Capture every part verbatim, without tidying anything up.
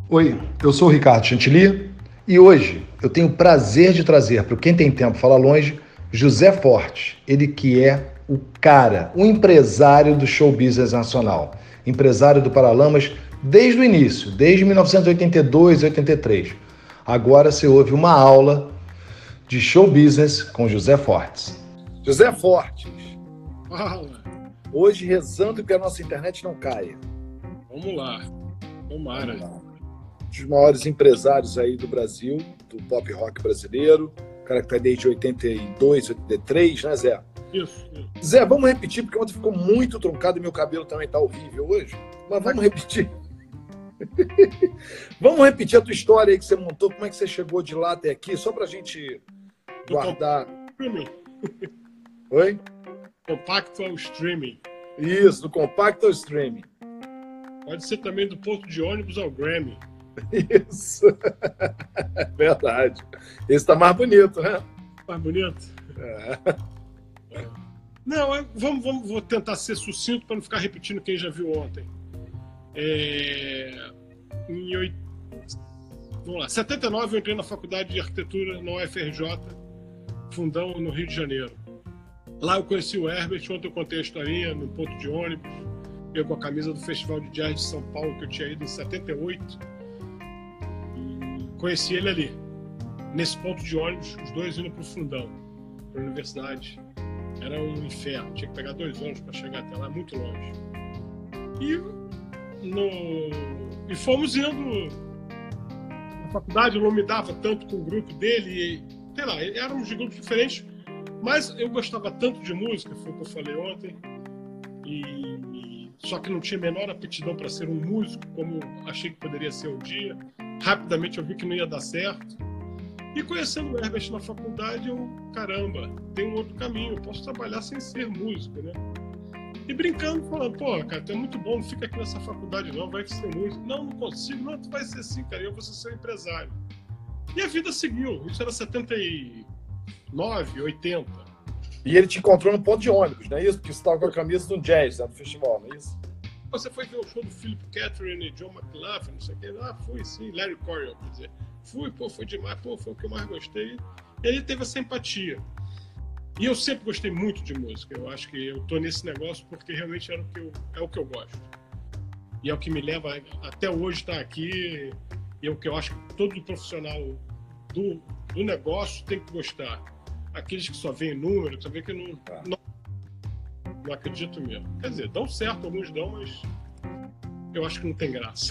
Oi, eu sou o Ricardo Chantilly e hoje eu tenho o prazer de trazer para o Quem Tem Tempo Fala Longe, José Forte, ele que é o cara, o empresário do show business nacional, empresário do Paralamas desde o início, desde mil novecentos e oitenta e dois, oitenta e três. Agora você ouve uma aula de show business com José Fortes. José Fortes, Fala, hoje rezando que a nossa internet não caia. vamos lá. Tomara. Um dos maiores empresários aí do Brasil, do pop rock brasileiro, o cara que tá desde oitenta e dois, oitenta e três, né, Zé? Isso, isso. Zé, vamos repetir, porque ontem ficou muito truncado e meu cabelo também tá horrível hoje, mas vamos repetir. Vamos repetir a tua história aí que você montou, como é que você chegou de lá até aqui, só pra gente guardar. Streaming. Oi? Compacto ao streaming. Isso, do compacto ao streaming. Pode ser também do ponto de ônibus ao Grammy. Isso. Verdade. Esse tá mais bonito, né? Mais bonito? É. Não, é- vamos, vamos, vou tentar ser sucinto para não ficar repetindo quem já viu ontem. É, em oit... Vamos lá, setenta e nove eu entrei na faculdade de arquitetura na U F R J, Fundão, no Rio de Janeiro. Lá eu conheci o Herbert, ontem eu contei a historinha no ponto de ônibus, eu com a camisa do Festival de Jazz de São Paulo, que eu tinha ido em setenta e oito, e conheci ele ali, nesse ponto de ônibus, os dois indo para o Fundão, para a universidade. Era um inferno, tinha que pegar dois ônibus para chegar até lá, muito longe. E, no... e fomos indo na faculdade, eu não me dava tanto com o grupo dele, e, sei lá, éramos de grupos diferentes, mas eu gostava tanto de música, foi o que eu falei ontem, e, e- só que não tinha a menor aptidão para ser um músico, como achei que poderia ser um dia. Rapidamente eu vi que não ia dar certo. E conhecendo o Herbert na faculdade, eu, caramba, tem um outro caminho, eu posso trabalhar sem ser músico, né? E brincando, falando, pô, cara, tu é muito bom, não fica aqui nessa faculdade não, vai ser músico. Não, não consigo, não, tu vai ser assim, cara, eu vou ser empresário. E a vida seguiu, isso era setenta e nove, oitenta. E ele te encontrou no ponto de ônibus, não é isso? Porque você estava com a camisa do jazz, né, do festival, não é isso? Você foi ver o show do Philip Catherine e John McLaughlin, não sei o que. Ah, fui sim, Larry Coryell, quer dizer. Fui, pô, foi demais, pô, foi o que eu mais gostei. E ele teve essa empatia. E eu sempre gostei muito de música. Eu acho que eu tô nesse negócio porque realmente era o que eu, é o que eu gosto. E é o que me leva até hoje estar aqui. E é o que eu acho que todo profissional do, do negócio tem que gostar. Aqueles que só veem número, só vê que não, não, não acredito mesmo. Quer dizer, dão certo, alguns dão, mas eu acho que não tem graça.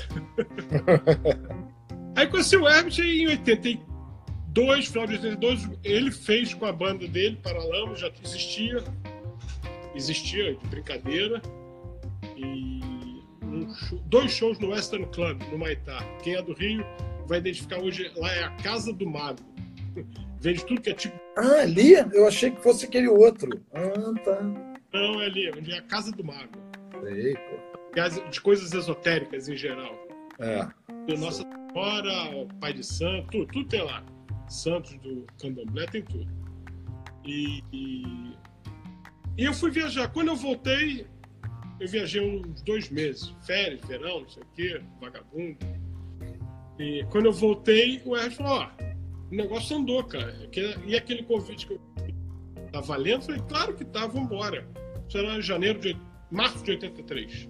Aí conheci o Herbert em oitenta e dois, final de oitenta e dois, ele fez com a banda dele, Paralamas, já existia, existia de brincadeira, e um show- dois shows no Western Club, no Maitá. Quem é do Rio vai identificar hoje, lá é a Casa do Mago. Vende tudo que é tipo, Ah, ali? Eu achei que fosse aquele outro. Ah, tá. não, é ali, onde é a Casa do Mago. Sei, pô. De coisas esotéricas em geral. É. Do Nossa Senhora, o Pai de Santo, tudo, tudo tem lá. Santos do Candomblé, tem tudo. E, e, e eu fui viajar. Quando eu voltei, eu viajei uns dois meses. Férias, verão, não sei o quê, vagabundo. E quando eu voltei, o Erd falou, ó, o negócio andou, cara. Aquele- E aquele convite que eu tá valendo? Eu falei, claro que tá, vambora. Isso era em janeiro de, março de oitenta e três.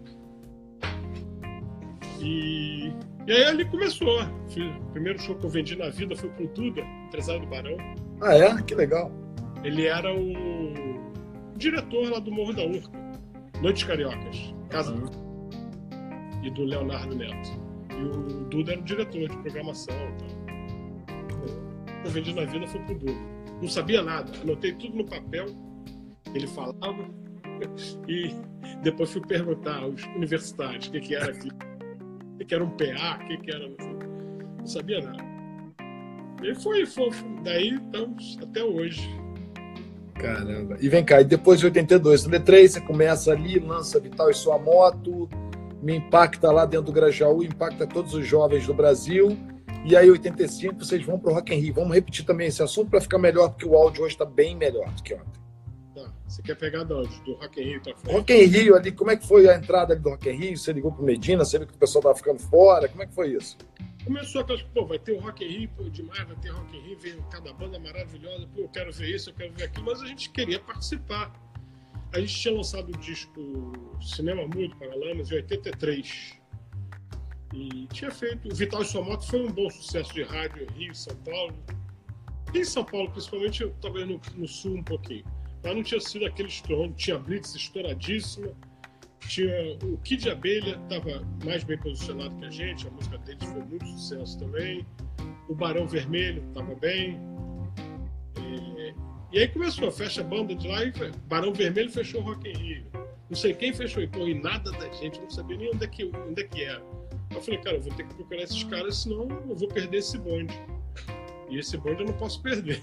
E, e aí ali começou. Fiz- o primeiro show que eu vendi na vida foi pro Duda, empresário do Barão. Ah, é? Que legal. Ele era o diretor lá do Morro da Urca, Noites Cariocas, casa do... e do Leonardo Neto. E o Duda era o diretor de programação e tal. O que eu vendi na vida foi pro Duda. Não sabia nada, anotei tudo no papel, ele falava, e depois fui perguntar aos universitários o que, que era aquilo. O que, que era um P A, o que, que era. Não sabia nada. E foi, foi, foi. Daí estamos até hoje. Caramba. E vem cá, e depois de oitenta e dois, oitenta e três, você começa ali, lança Vital e Sua Moto, me impacta lá dentro do Grajaú, impacta todos os jovens do Brasil. E aí, em oitenta e cinco, vocês vão para o Rock in Rio. Vamos repetir também esse assunto para ficar melhor, porque o áudio hoje está bem melhor do que ontem. Tá. Você quer pegar de onde? Do Rock in Rio pra frente? Rock in Rio ali, como é que foi a entrada ali do Rock in Rio? Você ligou pro Medina, você viu que o pessoal tava ficando fora? Como é que foi isso? Começou aquelas, pô, vai ter o Rock in Rio, pô, demais, vai ter Rock in Rio, vem cada banda maravilhosa, pô, eu quero ver isso, eu quero ver aquilo, mas a gente queria participar. A gente tinha lançado o disco Cinema Mudo, Paralamas, em oitenta e três. E tinha feito, o Vital e Sua Moto foi um bom sucesso de rádio em Rio e São Paulo. E em São Paulo, principalmente, talvez no, no Sul um pouquinho. Mas não tinha sido aquele estrondo, tinha Blitz estouradíssima. Tinha o Kid Abelha, estava mais bem posicionado que a gente, a música deles foi muito sucesso também. O Barão Vermelho estava bem. E, e aí começou, fecha a banda de lá e Barão Vermelho fechou o Rock in Rio. Não sei quem fechou e, pô, e nada da gente, não sabia nem onde é que, onde é que era. Eu falei, cara, eu vou ter que procurar esses caras, senão eu vou perder esse bonde. E esse bonde eu não posso perder.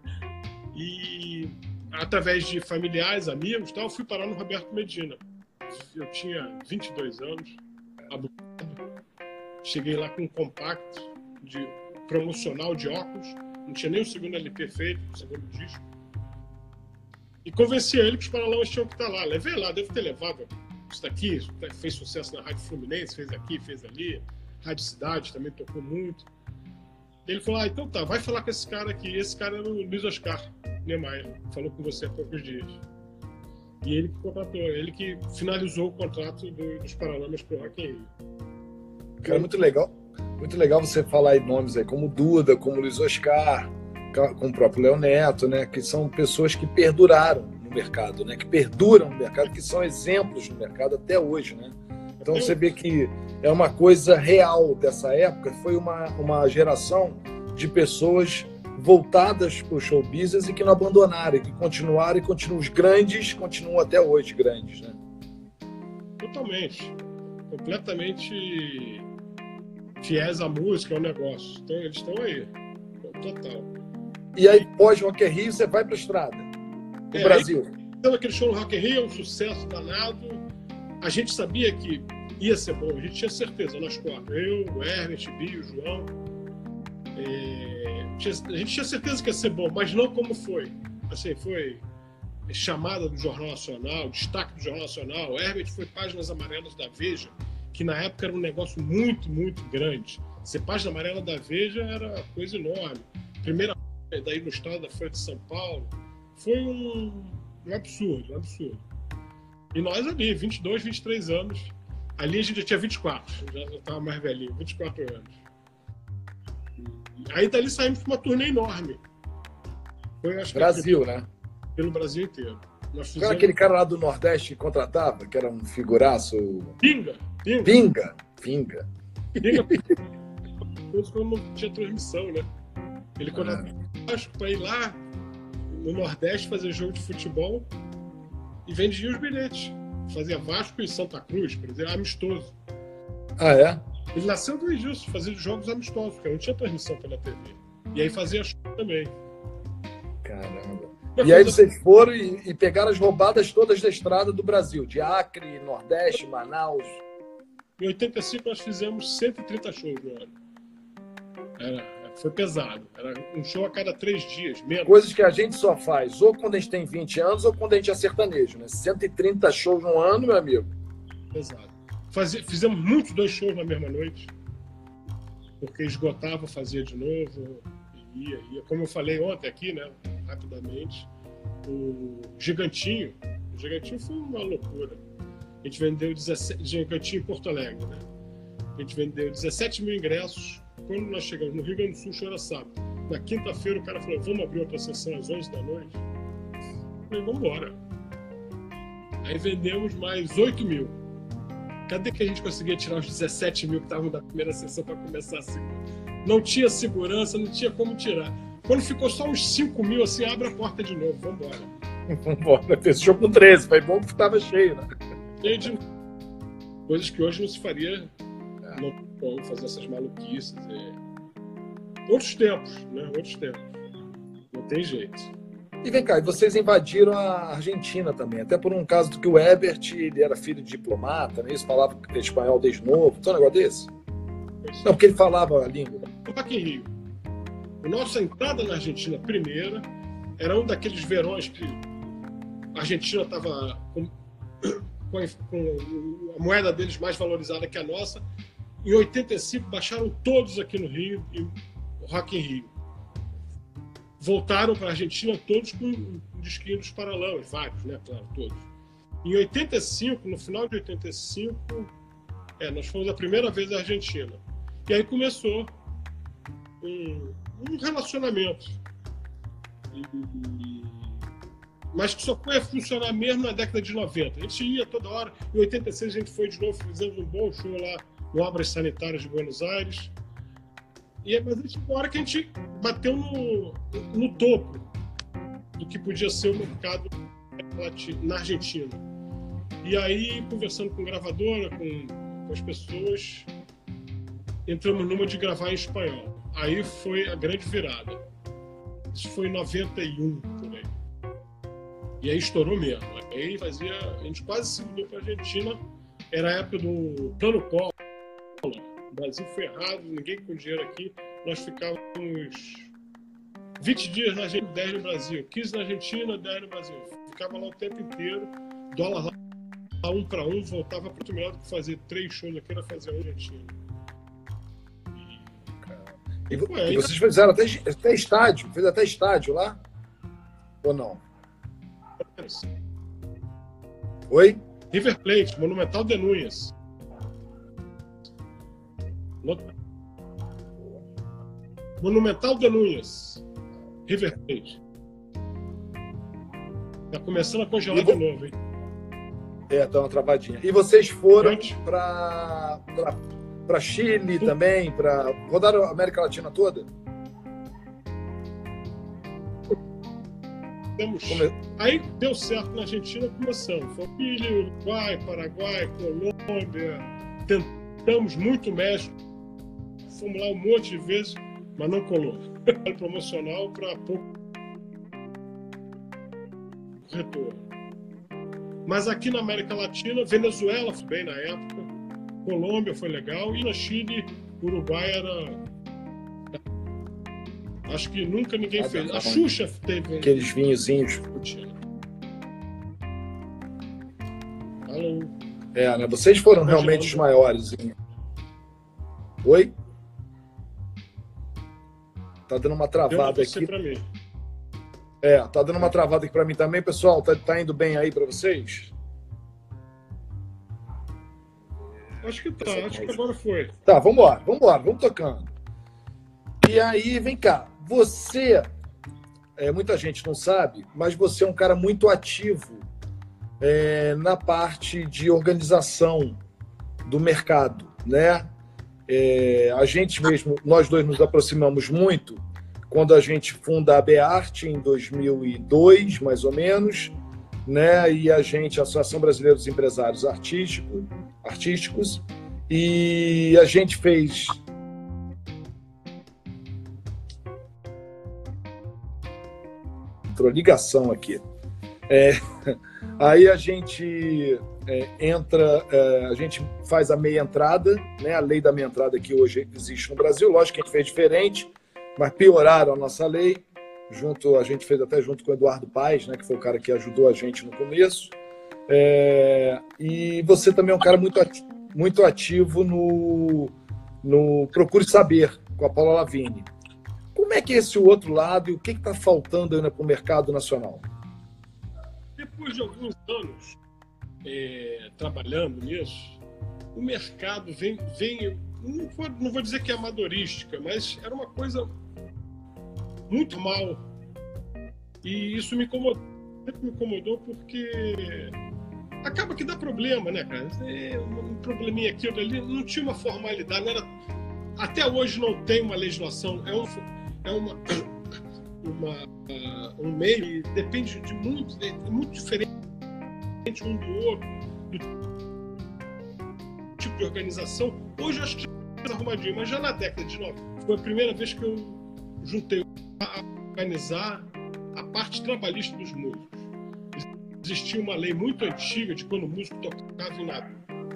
E através de familiares, amigos, tal, eu fui parar no Roberto Medina. Eu tinha vinte e dois anos, abocado. Cheguei lá com um compacto de, promocional de óculos, não tinha nem o segundo L P feito, o segundo disco. E convenci ele que os Paralamas tinham que estar lá. Levei lá, devo ter levado isso daqui, fez sucesso na Rádio Fluminense, fez aqui, fez ali, Rádio Cidade também tocou muito. Ele falou, ah, então tá, vai falar com esse cara aqui. Esse cara era o Luiz Oscar Niemeyer, falou com você há poucos dias. E ele que contratou, ele que finalizou o contrato do, dos Paralamas pro Rock in Rio. Cara, muito legal. Muito legal você falar aí nomes aí, como Duda, como Luiz Oscar, como o próprio Léo Neto, né? Que são pessoas que perduraram no mercado, né? Que perduram no mercado, que são exemplos no mercado até hoje, né? Então você vê que é uma coisa real dessa época, foi uma, uma geração de pessoas voltadas para o show business e que não abandonaram, que continuaram e continuam. Os grandes continuam até hoje grandes, né? Totalmente. Completamente fiéis à música, ao negócio. Então eles estão aí. Total. E aí, pós-Rock in Rio, você vai para a estrada. No é, Brasil. Então, aquele show no Rock in Rio é um sucesso danado. A gente sabia que ia ser bom. A gente tinha certeza, nós quatro. Eu, o Herbert, o Bio, o João. É... A gente tinha certeza que ia ser bom, mas não como foi. Assim, foi chamada do Jornal Nacional, destaque do Jornal Nacional. O Herbert foi Páginas Amarelas da Veja, que na época era um negócio muito, muito grande. Ser página amarela da Veja era coisa enorme. Primeira daí no estado da Folha de São Paulo. Foi um, um absurdo, um absurdo. E nós ali, vinte e dois, vinte e três anos. Ali a gente já tinha vinte e quatro, já estava mais velhinho, vinte e quatro anos. Aí dali saímos para uma turnê enorme. Foi, acho que Brasil, né? Pelo Brasil inteiro. Nós fizemos... Era aquele cara lá do Nordeste que contratava, que era um figuraço. Pinga! Pinga! Pinga! Pinga! Pinga! Quando não tinha transmissão, né? Ele contratava ah. para ir lá no Nordeste fazer jogo de futebol e vendia os bilhetes. Fazia Vasco e Santa Cruz, por exemplo, amistoso. Ah, é? Ele nasceu do disso, fazia jogos amistosos, porque não tinha transmissão pela T V. E aí fazia show também. Caramba. Mas e aí vocês foram e, e pegaram as roubadas todas da estrada do Brasil, de Acre, Nordeste, Manaus. Em oitenta e cinco nós fizemos cento e trinta shows no ano. Era, foi pesado. Era um show a cada três dias, menos. Coisas que a gente só faz ou quando a gente tem vinte anos ou quando a gente é sertanejo, né? cento e trinta shows no ano, meu amigo. Pesado. Fazia, fizemos muitos dois shows na mesma noite, porque esgotava, fazia de novo, ia, ia. Como eu falei ontem aqui, né, rapidamente, o Gigantinho, o Gigantinho foi uma loucura. A gente vendeu dezessete, Gigantinho em Porto Alegre, né? A gente vendeu dezessete mil ingressos. Quando nós chegamos no Rio Grande do Sul, o show era sábado. Na quinta-feira o cara falou, vamos abrir outra sessão às onze da noite? Eu falei, vamos embora. Aí vendemos mais oito mil. Cadê que a gente conseguia tirar os dezessete mil que estavam da primeira sessão para começar a segunda? Não tinha segurança, não tinha como tirar. Quando ficou só uns cinco mil, assim, abre a porta de novo, vamos embora. Vamos embora. Fez jogo com treze, foi bom que estava cheio, né? Cheio de coisas que hoje não se faria, é. Não como fazer essas maluquices. É... Outros tempos, né? Outros tempos. Não tem jeito. E vem cá, e vocês invadiram a Argentina também, até por um caso do que o Herbert, ele era filho de diplomata, né? Isso, falava espanhol desde novo, tem um negócio desse? Não, porque ele falava a língua. Aqui em Rio. A nossa entrada na Argentina primeira era um daqueles verões que a Argentina estava com, com a moeda deles mais valorizada que a nossa, em oitenta e cinco, baixaram todos aqui no Rio, e Rock in Rio. Voltaram para a Argentina todos com um disquinho dos Paralamas, vários, né? Claro, todos. Em oitenta e cinco, no final de oitenta e cinco, é, nós fomos a primeira vez à Argentina. E aí começou um, um relacionamento. E, mas que só foi funcionar mesmo na década de noventa. A gente ia toda hora. Em oitenta e seis a gente foi de novo, fizemos um bom show lá no Obras Sanitárias de Buenos Aires. E mas a gente, uma hora que a gente bateu no, no topo do que podia ser o mercado na Argentina. E aí, conversando com gravadora, com, com as pessoas, entramos numa de gravar em espanhol. Aí foi a grande virada. Isso foi em noventa e um, por aí. E aí estourou mesmo. Aí fazia, a gente quase se mudou para a Argentina. Era a época do Plano Collor. O Brasil foi errado, ninguém com dinheiro aqui. Nós ficávamos vinte dias na Argentina, dez no Brasil. quinze na Argentina, dez no Brasil. Ficava lá o tempo inteiro. Dólar lá, um para um, voltava para muito melhor do que fazer três shows aqui, era fazer um na Argentina. E, e vocês fizeram até, até estádio? Fez até estádio lá? Ou não? Oi? River Plate, Monumental de Núñez. Monumental de Núñez. River Plate. Tá começando a congelar vo... de novo, hein? É, tá uma travadinha. E vocês foram para para Chile Sim. também, para rodaram a América Latina toda? Temos... Come... Aí deu certo na Argentina, começamos. Foi Chile, Uruguai, Paraguai, Colômbia. Tentamos muito México. Fomos lá um monte de vezes, mas não colou. Promocional para pouco retorno. Mas aqui na América Latina, Venezuela foi bem na época, Colômbia foi legal, e na Chile, Uruguai era... Acho que nunca ninguém ah, fez. Tá, a Xuxa teve... Aqueles vinhozinhos. Alô? É, né? Vocês foram tá realmente os maiores. Hein? Oi? Tá dando uma travada aqui. Pra mim. É, tá dando uma travada aqui para mim também, pessoal. Tá, tá indo bem aí para vocês? Acho que tá, acho que agora foi. Tá, vamos embora, vamos embora, vamos tocando. E aí, vem cá, você, é, muita gente não sabe, mas você é um cara muito ativo é, na parte de organização do mercado, né? É, a gente mesmo, nós dois nos aproximamos muito quando a gente funda a Bearte em dois mil e dois, mais ou menos, né? E a gente, a Associação Brasileira dos Empresários Artístico, Artísticos, e a gente fez... Entrou ligação aqui. É, aí a gente é, entra, é, a gente faz a meia entrada, né? A lei da meia entrada que hoje existe no Brasil, lógico que a gente fez diferente, mas pioraram a nossa lei. Junto, a gente fez até junto com o Eduardo Paes, né, que foi o cara que ajudou a gente no começo. É, e você também é um cara muito ativo, muito ativo no, no Procure Saber, com a Paula Lavigne. Como é que é esse outro lado e o que está faltando ainda para o mercado nacional? Depois de alguns anos é, trabalhando nisso, o mercado vem... vem não, vou, não vou dizer que é amadorística, mas era uma coisa muito mal. E isso me incomodou, me incomodou porque acaba que dá problema, né, cara? É um probleminha aqui ou ali, não tinha uma formalidade, não era... Até hoje não tem uma legislação, é, um, é uma, uma, uh, um meio, depende de muito, é muito diferente um do outro, do tipo de organização. Hoje eu acho que é arrumadinho, mas já na década de noventa foi a primeira vez que eu juntei a organizar a parte trabalhista dos músicos. Existia uma lei muito antiga de quando o músico tocava em navio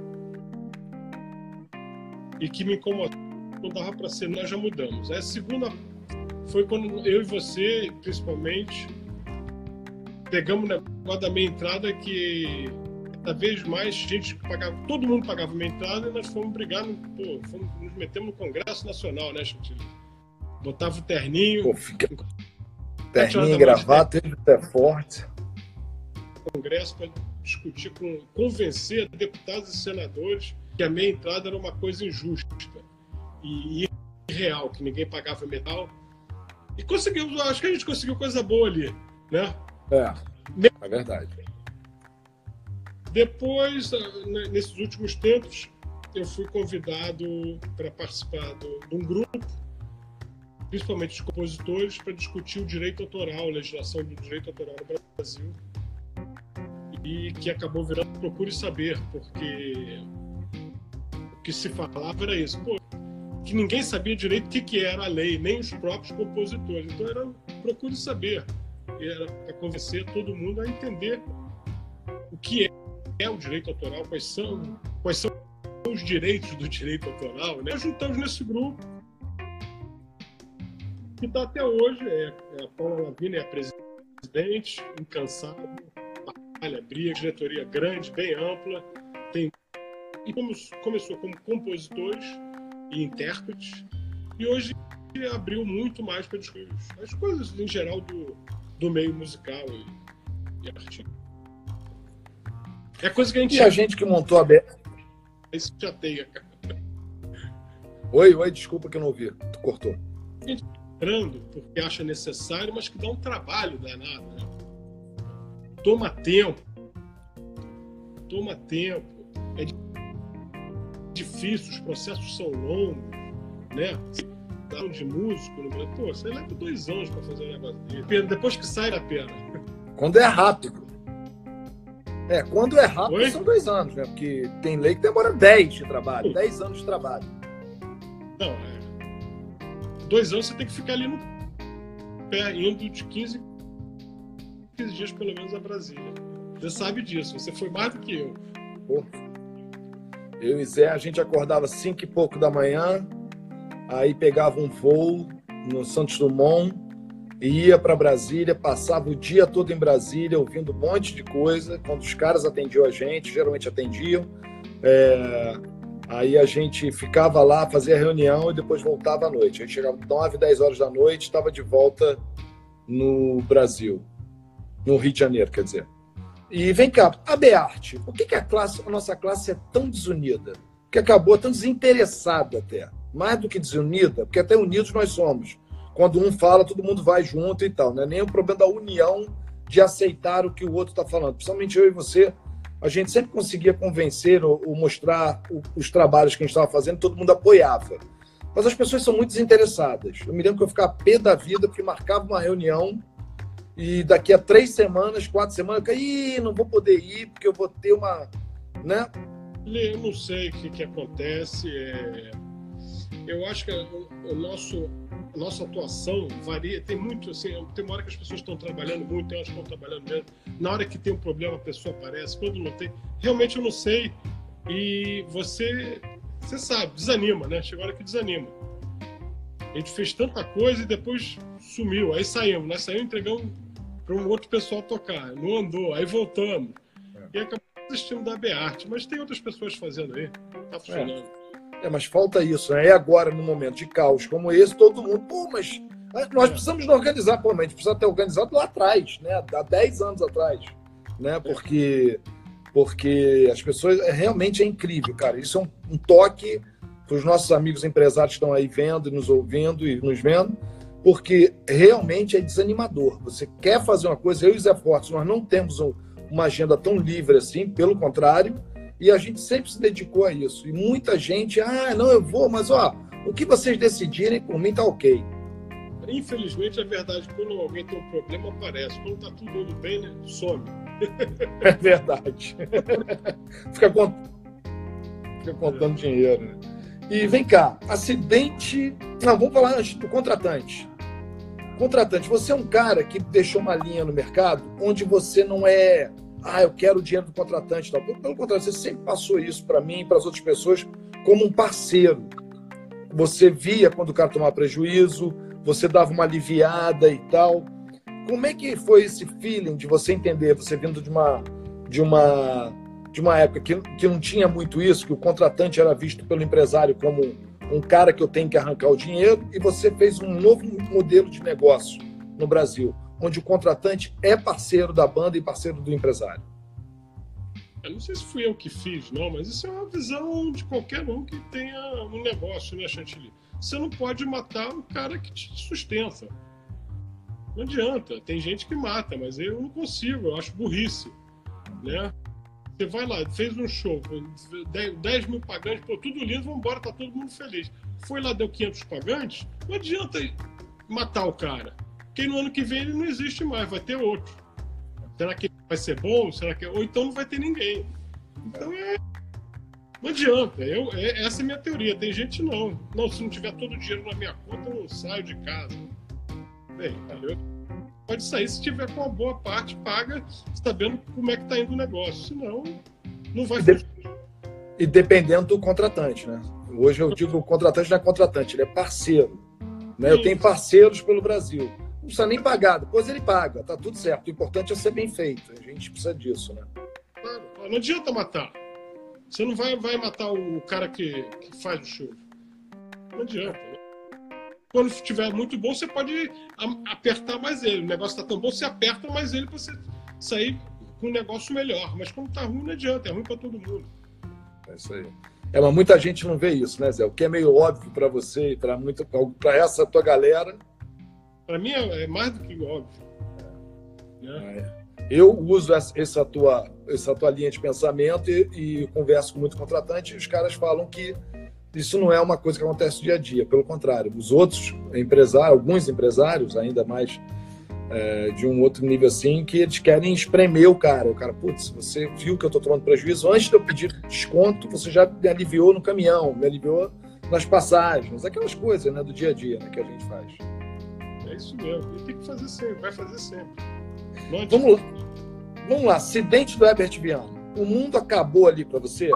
e que me incomodava, não dava para ser, nós já mudamos. A segunda foi quando eu e você, principalmente, pegamos o negócio da meia entrada, que cada vez mais gente que pagava, todo mundo pagava minha entrada e nós fomos brigar, no, pô, fomos, nos metemos no Congresso Nacional, né, Chantilly? Botava o terninho. Pô, fica... Terninho, gravata, ele é forte. Congresso para discutir, com, convencer deputados e senadores que a meia entrada era uma coisa injusta e, e irreal, que ninguém pagava metal. E conseguimos, acho que a gente conseguiu coisa boa ali, né? É, é verdade. Depois, nesses últimos tempos, eu fui convidado para participar do, de um grupo, principalmente de compositores, para discutir o direito autoral, a legislação do direito autoral no Brasil, e que acabou virando Procure Saber, porque o que se falava era isso, pô, que ninguém sabia direito o que, que era a lei, nem os próprios compositores. Então era Procure Saber, era para convencer todo mundo a entender o que é, é o direito autoral, quais são, quais são os direitos do direito autoral, né? Nós juntamos nesse grupo, que está até hoje, é, é a Paula Lavigne é a presidente, incansável, batalha, briga, diretoria grande, bem ampla, tem, e como, começou como compositores e intérpretes, e hoje abriu muito mais para discutir as coisas em geral do, do meio musical e, e artístico. É coisa que a gente... E a gente que montou a B... Isso chateia, cara. Oi, oi, desculpa que eu não ouvi, tu cortou. A gente entrando porque acha necessário, mas que dá um trabalho danado, né? Toma tempo. Toma tempo. É difícil, os processos são longos, né? Dá de músico, no... pô, você leva dois anos para fazer um negócio dele. Depois que sai, a pena. Quando é rápido. É, quando é rápido Oi? São dois anos, né? Porque tem lei que demora dez de trabalho, dez anos de trabalho. Não, é. Dois anos você tem que ficar ali no pé, indo de quinze, quinze dias pelo menos a Brasília. Você sabe disso, você foi mais do que eu. Pô. Eu e Zé, a gente acordava cinco e pouco da manhã, aí pegava um voo no Santos Dumont, ia para Brasília, passava o dia todo em Brasília, ouvindo um monte de coisa. Quando os caras atendiam a gente, geralmente atendiam, é... aí a gente ficava lá, fazia reunião e depois voltava à noite. A gente chegava nove, dez horas da noite, estava de volta no Brasil, no Rio de Janeiro, quer dizer. E vem cá, a Bearte, por que, que a, classe, a nossa classe é tão desunida? Que acabou tão desinteressada até. Mais do que desunida, porque até unidos nós somos. Quando um fala, todo mundo vai junto e tal. Não é nem o problema da união de aceitar o que o outro está falando. Principalmente eu e você, a gente sempre conseguia convencer ou, ou mostrar o, os trabalhos que a gente estava fazendo, todo mundo apoiava. Mas as pessoas são muito desinteressadas. Eu me lembro que eu ficava pé da vida, porque marcava uma reunião e daqui a três semanas, quatro semanas, eu Ih, não vou poder ir, porque eu vou ter uma... né? Eu não sei o que, que acontece. É... Eu acho que o, o nosso... A nossa atuação varia, tem muito, assim, tem uma hora que as pessoas estão trabalhando muito, tem horas que estão trabalhando mesmo. Na hora que tem um problema, a pessoa aparece, quando não tem, realmente eu não sei. E você, você sabe, desanima, né? Chega a hora que desanima. A gente fez tanta coisa e depois sumiu. Aí saímos, nós saímos e entregamos para um outro pessoal tocar. Não andou, aí voltamos. E acabamos desistindo da Bearte. Mas tem outras pessoas fazendo aí, tá funcionando. É. É, mas falta isso, né? E agora, no momento de caos como esse, todo mundo, pô, mas nós precisamos organizar, pô, mas a gente precisa ter organizado lá atrás, né? Há dez anos atrás, né? Porque, porque as pessoas, realmente é incrível, cara. Isso é um, um toque para os nossos amigos empresários que estão aí vendo, nos ouvindo e nos vendo, porque realmente é desanimador. Você quer fazer uma coisa, eu e o Zé Fortes, nós não temos um, uma agenda tão livre assim, pelo contrário, e a gente sempre se dedicou a isso. E muita gente, ah, não, eu vou, mas ó, o que vocês decidirem, por mim tá ok. Infelizmente, é verdade, quando alguém tem um problema, aparece. Quando tá tudo indo bem, né, some. É verdade. Fica, cont... Fica contando é. dinheiro. Né? E vem cá, acidente... Não, vamos falar antes do contratante. Contratante, você é um cara que deixou uma linha no mercado onde você não é... Ah, eu quero o dinheiro do contratante. Tal. Pelo contrário, você sempre passou isso para mim e para as outras pessoas como um parceiro. Você via quando o cara tomava prejuízo, você dava uma aliviada e tal. Como é que foi esse feeling de você entender, você vindo de uma, de uma, de uma época que, que não tinha muito isso, que o contratante era visto pelo empresário como um cara que eu tenho que arrancar o dinheiro, e você fez um novo modelo de negócio no Brasil, onde o contratante é parceiro da banda e parceiro do empresário. Eu não sei se fui eu que fiz, não, mas isso é uma visão de qualquer um que tenha um negócio, né, Chantilly? Você não pode matar o cara que te sustenta. Não adianta. Tem gente que mata, mas eu não consigo, eu acho burrice, né? Você vai lá, fez um show, dez mil pagantes, pô, tudo lindo, vamos embora, tá todo mundo feliz. Foi lá, deu quinhentos pagantes, não adianta matar o cara. Porque no ano que vem ele não existe mais, vai ter outro. Será que vai ser bom? Será que... Ou então não vai ter ninguém. Então é... Não adianta. Eu, é, essa é a minha teoria. Tem gente não. Não, se não tiver todo o dinheiro na minha conta, eu não saio de casa. Bem, eu... pode sair se tiver com uma boa parte paga, sabendo como é que está indo o negócio. Senão, não vai funcionar. E dependendo do contratante, né? Hoje eu digo que o contratante não é contratante, ele é parceiro. Né? Eu tenho parceiros pelo Brasil. Não precisa nem pagar, depois ele paga, tá tudo certo. O importante é ser bem feito. A gente precisa disso, né? Claro, não adianta matar. Você não vai, vai matar o cara que, que faz o show. Não adianta. Né? Quando estiver muito bom, você pode apertar mais ele. O negócio está tão bom, você aperta mais ele para você sair com um negócio melhor. Mas quando tá ruim, não adianta. É ruim para todo mundo. É isso aí. É, mas muita gente não vê isso, né, Zé? O que é meio óbvio para você e para essa tua galera. Para mim é mais do que óbvio. É. É. Eu uso essa tua, essa tua linha de pensamento e, e converso com muito contratante e os caras falam que isso não é uma coisa que acontece no dia a dia. Pelo contrário, os outros empresários, alguns empresários, ainda mais é, de um outro nível assim, que eles querem espremer o cara. O cara, putz, você viu que eu estou tomando prejuízo? Antes de eu pedir desconto, você já me aliviou no caminhão, me aliviou nas passagens, aquelas coisas, né, do dia a dia, né, que a gente faz. É isso mesmo. E tem que fazer sempre, vai fazer sempre. Vamos lá. Vamos lá. Acidente do Herbert Viana. O mundo acabou ali para você?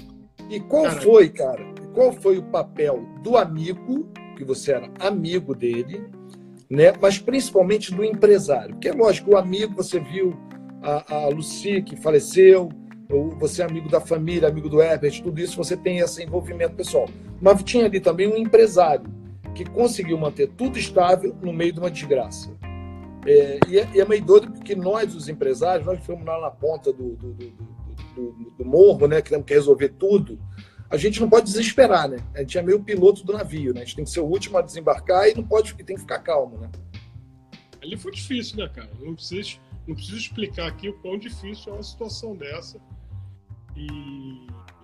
E qual cara, foi, cara? Qual foi o papel do amigo, que você era amigo dele, né? Mas principalmente do empresário? Porque é lógico, o amigo, você viu a, a Lucy, que faleceu, ou você é amigo da família, amigo do Herbert, tudo isso, você tem esse envolvimento pessoal. Mas tinha ali também um empresário que conseguiu manter tudo estável no meio de uma desgraça. É, e, é, e é meio doido porque nós, os empresários, nós fomos lá na ponta do, do, do, do, do, do morro, né, que temos que resolver tudo, a gente não pode desesperar, né? A gente é meio piloto do navio, né? A gente tem que ser o último a desembarcar e não pode, tem que ficar calmo, né? Ali foi difícil, né, cara? Não preciso, não preciso explicar aqui o quão difícil é uma situação dessa. E...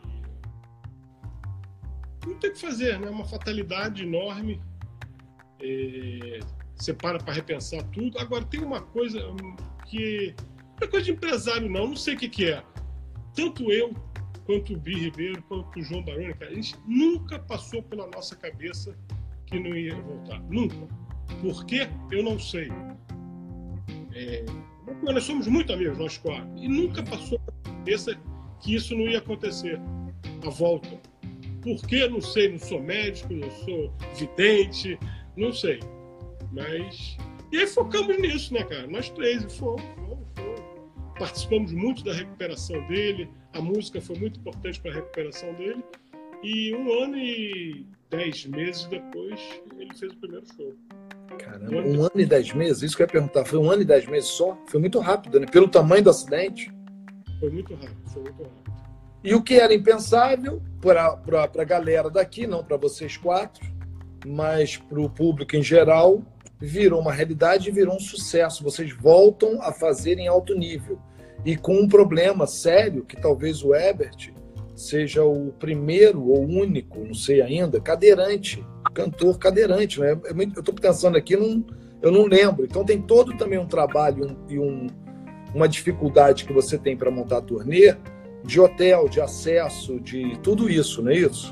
não tem o que fazer, né? É uma fatalidade enorme. É... Você para para repensar tudo. Agora, tem uma coisa que... não é coisa de empresário, não. Não sei o que, que é. Tanto eu, quanto o Bi Ribeiro, quanto o João Baroni, cara, a gente nunca passou pela nossa cabeça que não ia voltar. Nunca. Por quê? Eu não sei. É... nós somos muito amigos, nós quatro. E nunca passou pela cabeça que isso não ia acontecer. A volta. Por quê? Não sei. Não sou médico, não sou vidente, não sei. Mas... e aí focamos nisso, né, cara? Nós três, e fomos, fomos, fomos. Participamos muito da recuperação dele, a música foi muito importante para a recuperação dele, e um ano e dez meses depois, ele fez o primeiro show. Caramba, um ano e dez meses? Isso que eu ia perguntar, foi um ano e dez meses só? Foi muito rápido, né? Pelo tamanho do acidente? Foi muito rápido, foi muito rápido. E o que era impensável para a galera daqui, não para vocês quatro, mas para o público em geral, virou uma realidade e virou um sucesso. Vocês voltam a fazer em alto nível. E com um problema sério, que talvez o Herbert seja o primeiro ou único, não sei ainda, cadeirante, cantor cadeirante. Né? Eu estou pensando aqui, não, eu não lembro. Então tem todo também um trabalho e um, uma dificuldade que você tem para montar a turnê, de hotel, de acesso, de tudo isso, não é isso?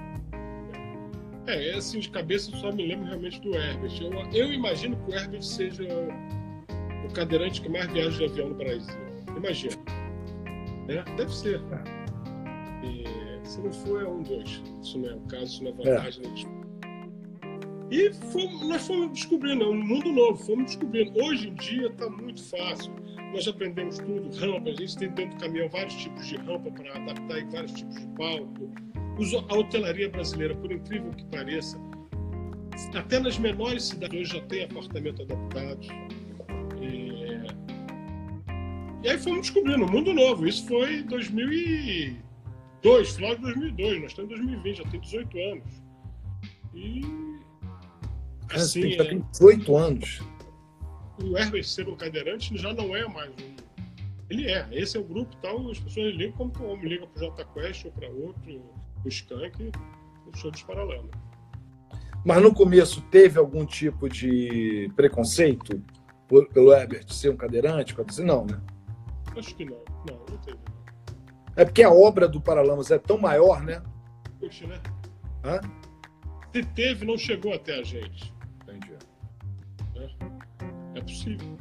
É, assim, de cabeça eu só me lembro realmente do Herbert. Eu, eu imagino que o Herbert seja o cadeirante que mais viaja de avião no Brasil. Imagina. Né? Deve ser. E, se não for, é um dois. Isso não é o caso, isso não é vantagem. É. E fomos, nós fomos descobrindo, é um mundo novo, fomos descobrindo. Hoje em dia está muito fácil. nós já aprendemos tudo, rampa, a gente tem dentro do caminhão vários tipos de rampa para adaptar e vários tipos de palco. A hotelaria brasileira, por incrível que pareça, até nas menores cidades hoje já tem apartamento adaptado. E, e aí fomos descobrindo um mundo novo. Isso foi em dois mil e dois, final de dois mil e dois, nós estamos em dois mil e vinte, já tem dezoito anos. E assim, já tem dezoito anos. O Herbert ser um cadeirante já não é mais um. Ele é, esse é o grupo e tal, as pessoas ligam como, como ligam para o Jota Quest ou para outro, o Skank, o show dos Paralamas. Mas no começo teve algum tipo de preconceito por, pelo Herbert ser um cadeirante? Não, né? Acho que não, não, não teve. É porque a obra do Paralamas é tão maior, né? Puxa, né? Hã? Se teve, não chegou até a gente. Entendi. É, é possível.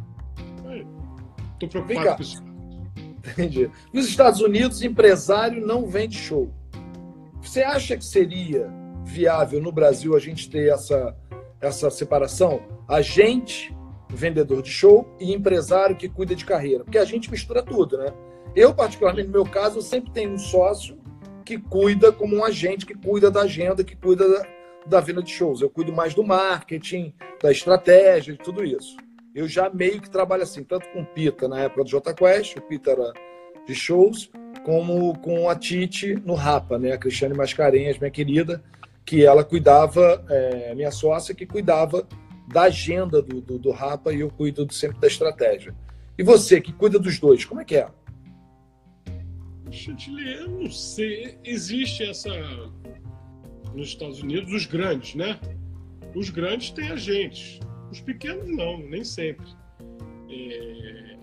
Estou preocupado com isso. Entendi. Nos Estados Unidos, empresário não vende show. Você acha que seria viável no Brasil a gente ter essa, essa separação? Agente, vendedor de show, e empresário que cuida de carreira. Porque a gente mistura tudo, né? Eu, particularmente, no meu caso, eu sempre tenho um sócio que cuida como um agente, que cuida da agenda, que cuida da, da venda de shows. Eu cuido mais do marketing, da estratégia, de tudo isso. Eu já meio que trabalho assim, tanto com o Pita na época do Jota Quest, o Pita era de shows, como com a Titi no Rapa, né? A Cristiane Mascarenhas, minha querida, que ela cuidava, é, minha sócia, que cuidava da agenda do, do, do Rapa, e eu cuido sempre da estratégia. E você, que cuida dos dois, como é que é? Chantilly, eu não sei. Existe essa... Nos Estados Unidos, os grandes, né? Os grandes têm agentes. Os pequenos não, nem sempre. É,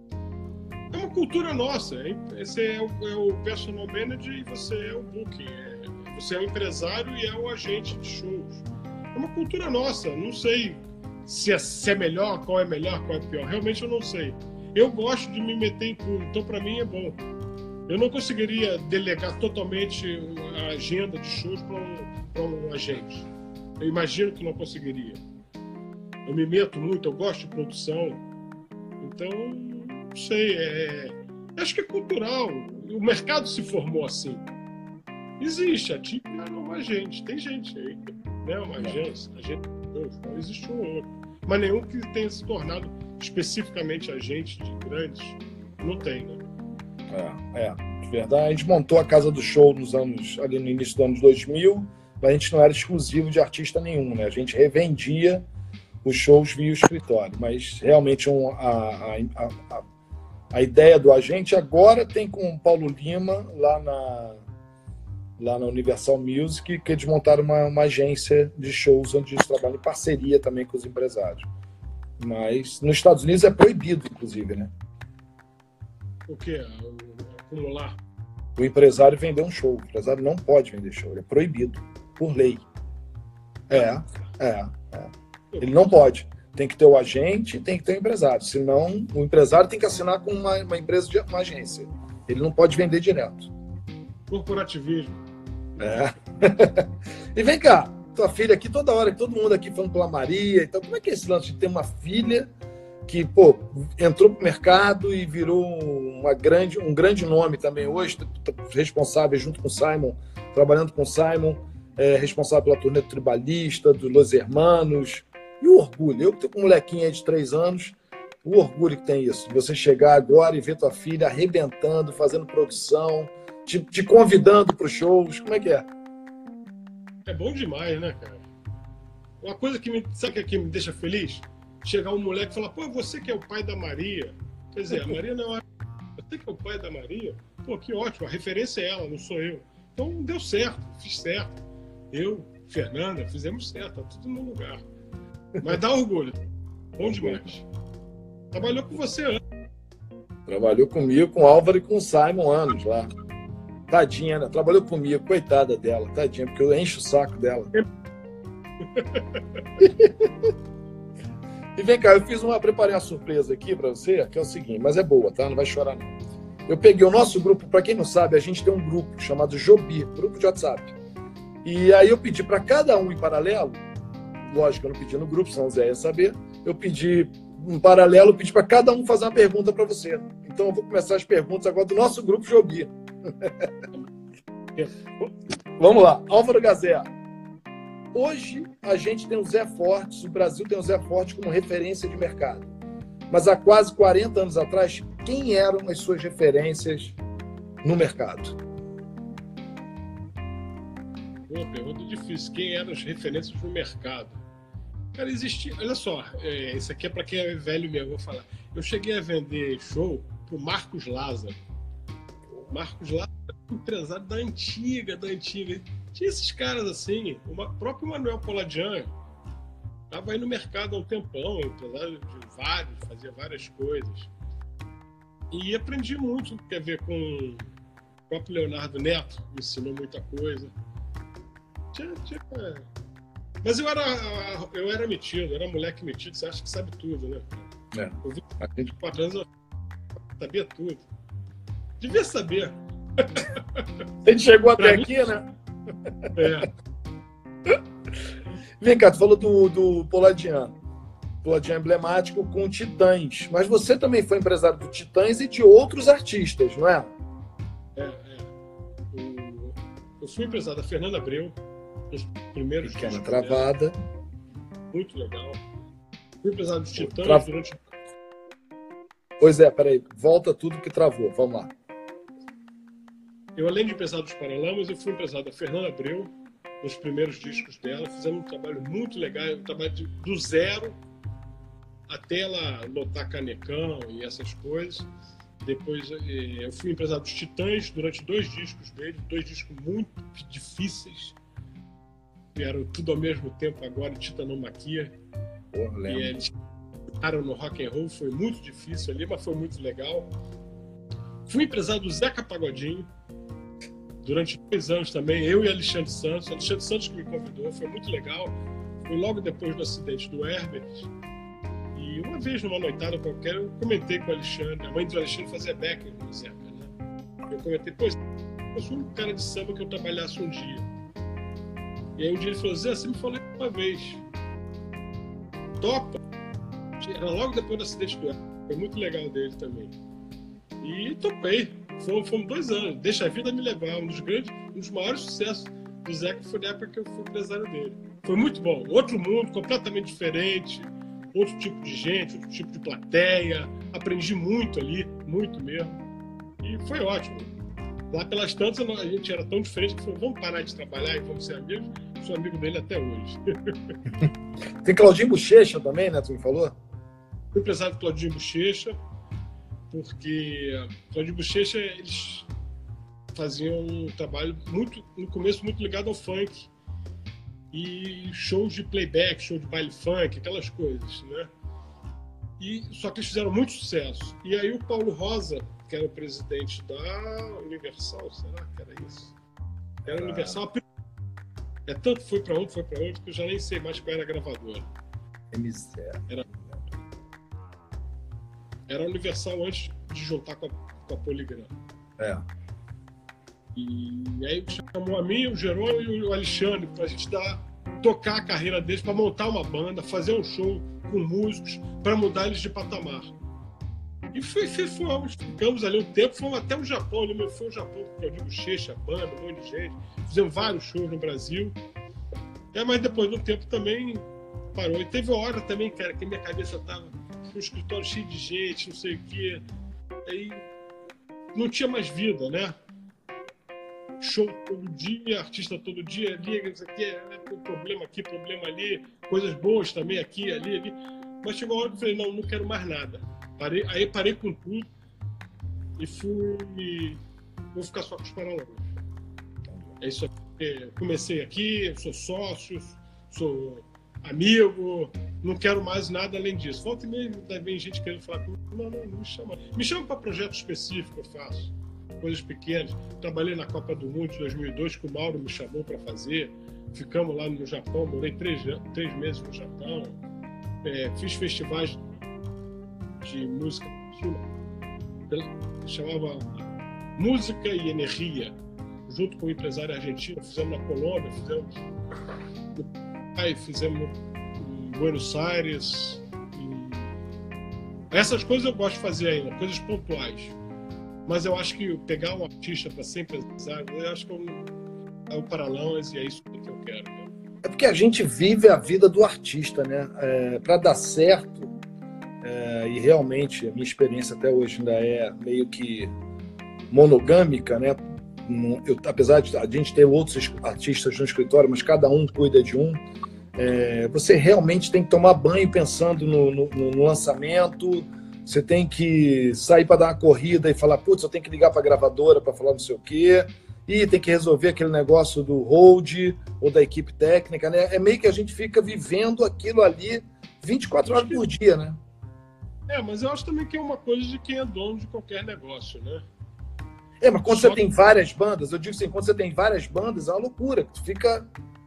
é uma cultura nossa. Você é o, é o personal manager e você é o booking. É, você é o empresário e é o agente de shows. É uma cultura nossa. Não sei se é, se é melhor, qual é melhor, qual é pior. Realmente eu não sei. Eu gosto de me meter em tudo, então para mim é bom. Eu não conseguiria delegar totalmente a agenda de shows para um, um agente. Eu imagino que não conseguiria. Eu me meto muito, eu gosto de produção. Então, não sei, é... acho que é cultural. O mercado se formou assim. Existe, a T I P é uma agente, tem gente aí, né? Uma agência, agente, existe um outro. Mas nenhum que tenha se tornado especificamente agente de grandes, não tem, né? É, é, de verdade. A gente montou a Casa do Show nos anos, ali no início dos anos dois mil, mas a gente não era exclusivo de artista nenhum, né? A gente revendia os shows via o escritório, mas realmente um, a, a, a, a ideia do agente agora tem com o Paulo Lima lá na, lá na Universal Music, que eles montaram uma, uma agência de shows onde eles trabalham em parceria também com os empresários. Mas nos Estados Unidos é proibido, inclusive, né? O que? Acumular? O empresário vender um show. O empresário não pode vender show. Ele é proibido, por lei. É, é, é. Ele não pode. Tem que ter o agente e tem que ter o empresário. Senão, o empresário tem que assinar com uma, uma empresa, de uma agência. Ele não pode vender direto. Corporativismo. É. E vem cá, tua filha aqui, toda hora, todo mundo aqui falando pela Maria. Então, como é que é esse lance de ter uma filha que, pô, entrou pro mercado e virou uma grande, um grande nome também hoje, responsável junto com o Simon, trabalhando com o Simon, é, responsável pela turnê do Tribalista, dos Los Hermanos, e o orgulho. Eu que tenho um molequinho aí de três anos, o orgulho que tem isso, você chegar agora e ver tua filha arrebentando, fazendo produção, te, te convidando para os shows, como é que é? É bom demais, né, cara? Uma coisa que me, sabe que me deixa feliz? Chegar um moleque e falar, pô, você que é o pai da Maria. Quer dizer, a Maria não é... Você que é o pai da Maria? Pô, que ótimo, a referência é ela, não sou eu. Então deu certo, fiz certo. Eu, Fernanda, fizemos certo, tá tudo no lugar. Mas dá orgulho. Bom demais. Trabalhou com você antes. Trabalhou comigo, com o Álvaro e com o Simon anos lá. Tadinha, né? Trabalhou comigo, coitada dela, tadinha, porque eu encho o saco dela. E vem cá, eu fiz uma, preparei uma surpresa aqui para você, que é o seguinte, mas é boa, tá? Não vai chorar não. Eu peguei o nosso grupo, para quem não sabe, a gente tem um grupo chamado Jobi, grupo de WhatsApp. E aí eu pedi para cada um em paralelo, lógico, eu não pedi no grupo, senão o Zé ia saber, eu pedi um paralelo, pedir para cada um fazer uma pergunta para você. Então, eu vou começar as perguntas agora do nosso grupo Jobi. Vamos lá. Álvaro Gazé. Hoje, a gente tem o Zé Fortes, o Brasil tem o Zé Fortes como referência de mercado. Mas há quase quarenta anos atrás, quem eram as suas referências no mercado? Boa pergunta difícil. Quem eram as referências no mercado? Cara, existia... Olha só, é, isso aqui é para quem é velho mesmo, vou falar. Eu cheguei a vender show pro Marcos Lázaro. Marcos Lázaro é um empresário da antiga, da antiga. Tinha esses caras assim, o próprio Manuel Poladian estava aí no mercado há um tempão, empresário de vários, fazia várias coisas. E aprendi muito, quer ver, com o próprio Leonardo Neto, me ensinou muita coisa. Tinha, tinha... Mas eu era, eu era metido, eu era moleque metido, você acha que sabe tudo, né? É. Eu vi vinte e quatro anos, eu sabia tudo. Devia saber. A gente chegou até mim, aqui, né? É. Vem cá, tu falou do, do Poladian. Poladian emblemático com Titãs. Mas você também foi empresário do Titãs e de outros artistas, não é? É, é. O, eu fui empresário da Fernanda Abreu, nos primeiros Pequena discos Travada. dela. Muito legal. Fui empresário dos Titãs Tra... durante... Pois é, peraí. Volta tudo que travou. Vamos lá. Eu, além de empresário dos Paralamas, eu fui empresário da Fernanda Abreu, nos primeiros discos dela. Fizemos um trabalho muito legal, um trabalho de, do zero até ela lotar Canecão e essas coisas. Depois eh, eu fui empresário dos Titãs durante dois discos dele, dois discos muito difíceis. Vieram tudo ao mesmo tempo agora, Titanomaquia. Porra, e eles ficaram no rock and roll, foi muito difícil ali, mas foi muito legal. Fui empresário do Zeca Pagodinho durante dois anos também, eu e Alexandre Santos. Alexandre Santos que me convidou, foi muito legal. Foi logo depois do acidente do Herbert. E uma vez numa noitada qualquer, eu comentei com o Alexandre, a mãe do Alexandre fazia backing com o Zeca, né? Eu comentei, pô, eu sou um cara de samba que eu trabalhasse um dia. E aí um dia ele falou, Zé, você me falou uma vez. Topa? Era logo depois do acidente do Herbert. Foi muito legal dele também. E topei. Fomos, fomos dois anos. Deixa a vida me levar. Um dos grandes, um dos maiores sucessos do Zeca foi na época que eu fui empresário dele. Foi muito bom. Outro mundo, completamente diferente. Outro tipo de gente, outro tipo de plateia. Aprendi muito ali, muito mesmo. E foi ótimo. Lá pelas tantas, a gente era tão diferente que falou, vamos parar de trabalhar e vamos ser amigos. Sou amigo dele até hoje. Tem Claudinho Bochecha também, né? Tu me falou? Fui empresário do Claudinho Bochecha, porque Claudinho Bochecha, eles faziam um trabalho muito, no começo muito ligado ao funk e shows de playback, show de baile funk, aquelas coisas, né? E só que eles fizeram muito sucesso. E aí o Paulo Rosa, que era o presidente da Universal, será que era isso? Era a Universal. É tanto foi para onde, foi para onde que eu já nem sei mais qual era a gravadora. É miséria. Era Era a Universal antes de juntar com a, com a Poligram. É. E aí chamou a mim, o Jerônimo e o Alexandre pra gente dar, tocar a carreira deles, para montar uma banda, fazer um show com músicos, para mudar eles de patamar. E foi, foi, fomos, ficamos ali um tempo, fomos até o Japão, né? Foi o Japão com o Claudinho Bochecha, banda, um monte de gente. Fizemos vários shows no Brasil. É, mas depois de um tempo também parou. E teve uma hora também, cara, que minha cabeça tava um escritório cheio de gente, não sei o quê. Aí não tinha mais vida, né? Show todo dia, artista todo dia, liga, isso aqui, é, problema aqui, problema ali, coisas boas também aqui, ali, ali. Mas chegou uma hora que eu falei, não, não quero mais nada. Parei, aí parei com tudo e fui... Vou ficar só com os Paralamas. É isso aqui. Comecei aqui, sou sócio, sou amigo, não quero mais nada além disso. Volta e meia, vem gente querendo falar comigo. Não, não, não me chama. Me chama para projeto específico, eu faço. Coisas pequenas. Trabalhei na Copa do Mundo de dois mil e dois, que o Mauro me chamou para fazer. Ficamos lá no Japão, morei três, três meses no Japão. É, fiz festivais de música chamava Música e Energia, junto com o empresário argentino. Fizemos na Colômbia, fizemos no Pai, fizemos em Buenos Aires, Essas coisas eu gosto de fazer ainda, coisas pontuais. Mas eu acho que pegar um artista para ser empresário, eu acho que é um, é um paralão e é isso que eu quero. Né? É porque a gente vive a vida do artista, né? É, para dar certo, é, e realmente a minha experiência até hoje ainda é meio que monogâmica, né? Eu, apesar de a gente ter outros artistas no escritório, mas cada um cuida de um, é, você realmente tem que tomar banho pensando no, no, no lançamento. Você tem que sair para dar uma corrida e falar, putz, eu tenho que ligar para a gravadora para falar não sei o quê, e tem que resolver aquele negócio do hold ou da equipe técnica, né? É meio que a gente fica vivendo aquilo ali vinte e quatro horas por dia, né? É, mas eu acho também que é uma coisa de quem é dono de qualquer negócio, né? É, mas quando Só você tem várias bandas, eu digo assim, quando você tem várias bandas, é uma loucura, tu fica...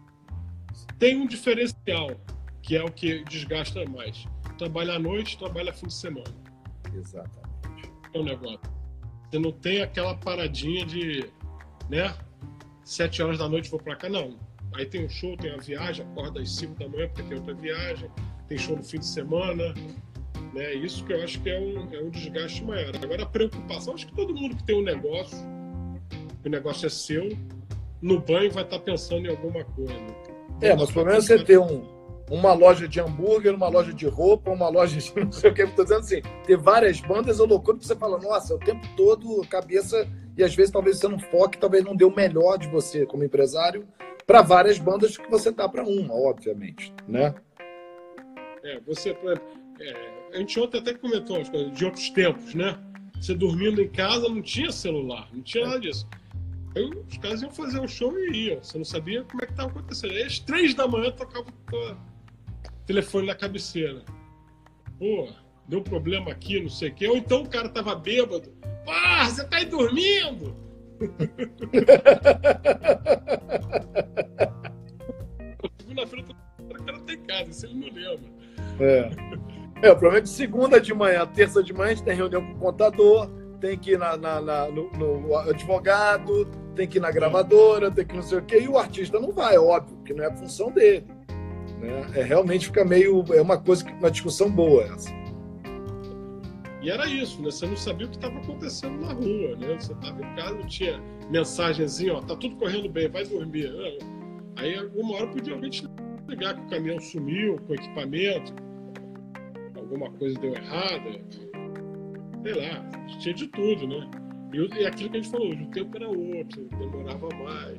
Tem um diferencial, que é o que desgasta mais. Trabalha à noite, trabalha fim de semana. Exatamente. É um negócio. Você não tem aquela paradinha de, né? Sete horas da noite vou pra cá, não. Aí tem um show, tem a viagem, acorda às cinco da manhã porque tem outra viagem, tem show no fim de semana, né? Isso que eu acho que é um, é um desgaste maior. Agora a preocupação, acho que todo mundo que tem um negócio, o negócio é seu, no banho vai estar pensando em alguma coisa. É, mas pelo menos você ter um, uma loja de hambúrguer, uma loja de roupa, uma loja de não sei o que, eu tô dizendo assim, ter várias bandas é loucura, porque você fala, nossa, o tempo todo, cabeça, e às vezes talvez você não foque, talvez não dê o melhor de você como empresário para várias bandas que você tá para uma, obviamente, né? É, você, é, a gente ontem até comentou umas coisas de outros tempos, né? Você dormindo em casa não tinha celular, não tinha nada disso. Aí os caras iam fazer o show e iam. Você não sabia como é que estava acontecendo. Aí às três da manhã tocava o telefone na cabeceira. Pô, deu problema aqui, não sei o quê. Ou então o cara tava bêbado. Pá, você tá aí dormindo! Segunda-feira o cara tá em casa, isso ele não lembra. É. É, o problema é que segunda de manhã, terça de manhã, a gente tem reunião com o contador, tem que ir na, na, na, no, no advogado, tem que ir na gravadora, tem que não sei o quê, e o artista não vai, óbvio, porque não é a função dele. Né? É, realmente fica meio... É uma coisa, que, uma discussão boa essa. E era isso, né? Você não sabia o que estava acontecendo na rua, né? Você estava em casa, tinha mensagenzinha, ó, tá tudo correndo bem, vai dormir. Aí, alguma hora, podia alguém te ligar que o caminhão sumiu com o equipamento, alguma coisa deu errada, sei lá, tinha de tudo, né? E, e aquilo que a gente falou, o tempo era outro, demorava mais.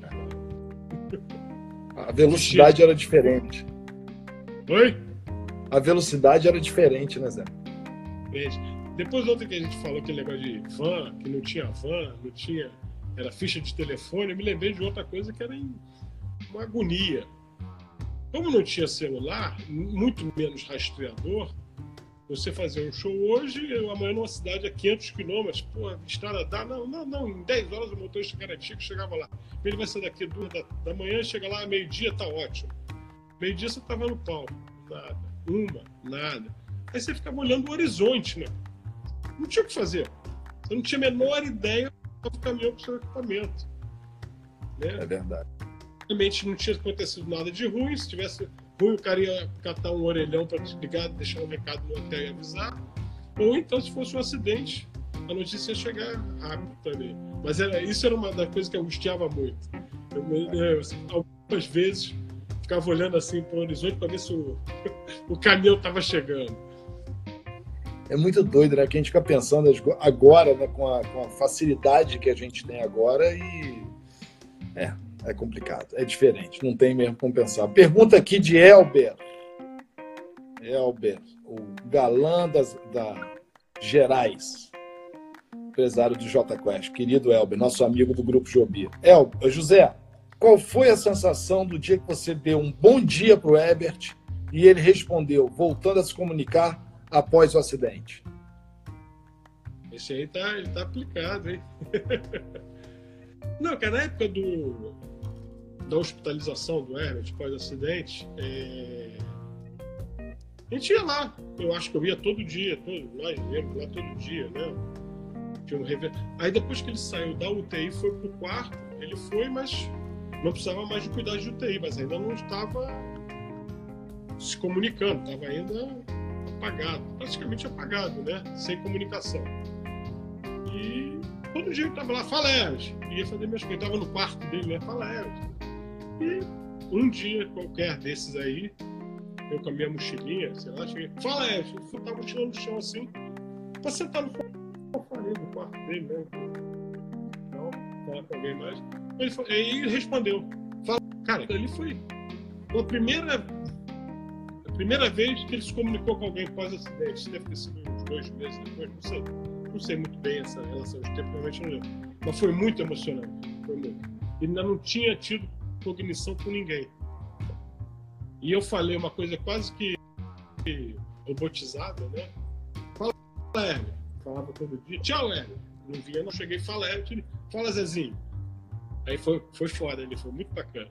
A velocidade era diferente. Oi? A velocidade era diferente, né, Zé? Depois ontem que a gente falou aquele negócio de van, que não tinha van, não tinha, era ficha de telefone, eu me lembrei de outra coisa que era uma agonia. Como não tinha celular, muito menos rastreador, você fazer um show hoje, eu amanhã numa cidade a quinhentos quilômetros, pô, estrada dá, não, não, não, em dez horas o motorista garantia que chegava lá. Ele vai sair daqui duas da, da manhã, chega lá, meio-dia, tá ótimo. Meio-dia você tava no palco, nada, uma, nada. Aí você ficava olhando o horizonte, né? Não tinha o que fazer. Você não tinha a menor ideia do caminhão com o seu equipamento. Né? É verdade. Realmente não tinha acontecido nada de ruim. Se tivesse ruim, o cara ia catar um orelhão para te ligar, deixar um recado no hotel e avisar. Ou então, se fosse um acidente, a notícia ia chegar rápido também. Mas era, isso era uma das coisas que eu angustiava muito. Eu, eu, algumas vezes ficava olhando assim para o horizonte para ver se o, o caminhão estava chegando. É muito doido, né? Que a gente fica pensando agora, né? com, a, com a facilidade que a gente tem agora e... É, é complicado, é diferente, não tem mesmo como pensar. Pergunta aqui de Elber. Elber, o galã das, da Gerais, empresário do Jota Quest, querido Elber, nosso amigo do Grupo Joby. Elber, José, qual foi a sensação do dia que você deu um bom dia para o Herbert e ele respondeu, voltando a se comunicar após o acidente? Esse aí tá, ele tá aplicado, hein? Não, cara, na época do, da hospitalização do Herbert pós-acidente, é... a gente ia lá. Eu acho que eu ia todo dia, todo, nós íamos lá todo dia, né? Tinha um rever... Aí depois que ele saiu da U T I, foi pro quarto, ele foi, mas não precisava mais de cuidar de U T I, mas ainda não estava se comunicando, estava ainda apagado, praticamente apagado, né? Sem comunicação. E todo dia eu estava lá, fala Eros, ia fazer minhas coisas, estava no quarto dele, né? Fala Eros. E um dia qualquer desses aí, eu com a minha mochilinha, sei lá, cheguei, fala Eros, eu tava mochilando no chão assim, pra sentar no falei do quarto dele, né? Não, falar com alguém mais. Ele, falou, ele respondeu, fala, cara, ali foi a primeira, a primeira vez que ele se comunicou com alguém pós-acidente, deve ter sido uns dois meses depois, não sei. Não sei muito bem essa relação de tempo, realmente não lembro. Mas foi muito emocionante. Foi muito. Ele ainda não tinha tido cognição com ninguém. E eu falei uma coisa quase que robotizada, né? Fala, Hélio. Falava todo dia. Tchau, Hélio. Não via, não cheguei. Fala, Hélio. Fala, Zezinho. Aí foi, foi foda, ele foi muito bacana.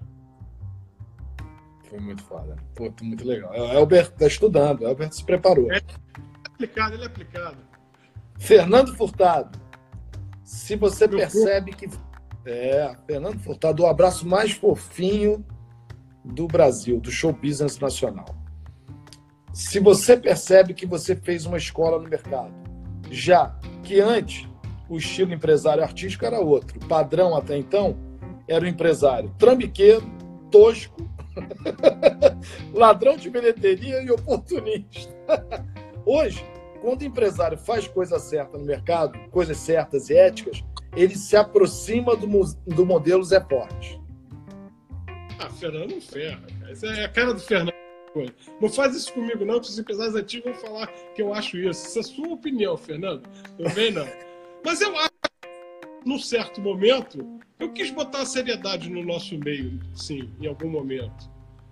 Foi muito foda. Pô, muito legal. O Elber tá estudando. O Elber se preparou. É aplicado, ele é aplicado. Fernando Furtado, se você Meu percebe que... É, Fernando Furtado, o abraço mais fofinho do Brasil, do show business nacional. Se você percebe que você fez uma escola no mercado, já que antes o estilo empresário artístico era outro, o padrão até então era o empresário trambiqueiro, tosco, ladrão de bilheteria e oportunista. Hoje, quando o empresário faz coisa certa no mercado, coisas certas e éticas, ele se aproxima do, do modelo Zé Forte. Ah, Fernando não ferra. Essa é a cara do Fernando. Não faz isso comigo, não, que os empresários antigos vão falar que eu acho isso. Essa é a sua opinião, Fernando. Também não. Mas eu acho que, num certo momento, eu quis botar a seriedade no nosso meio, sim, em algum momento.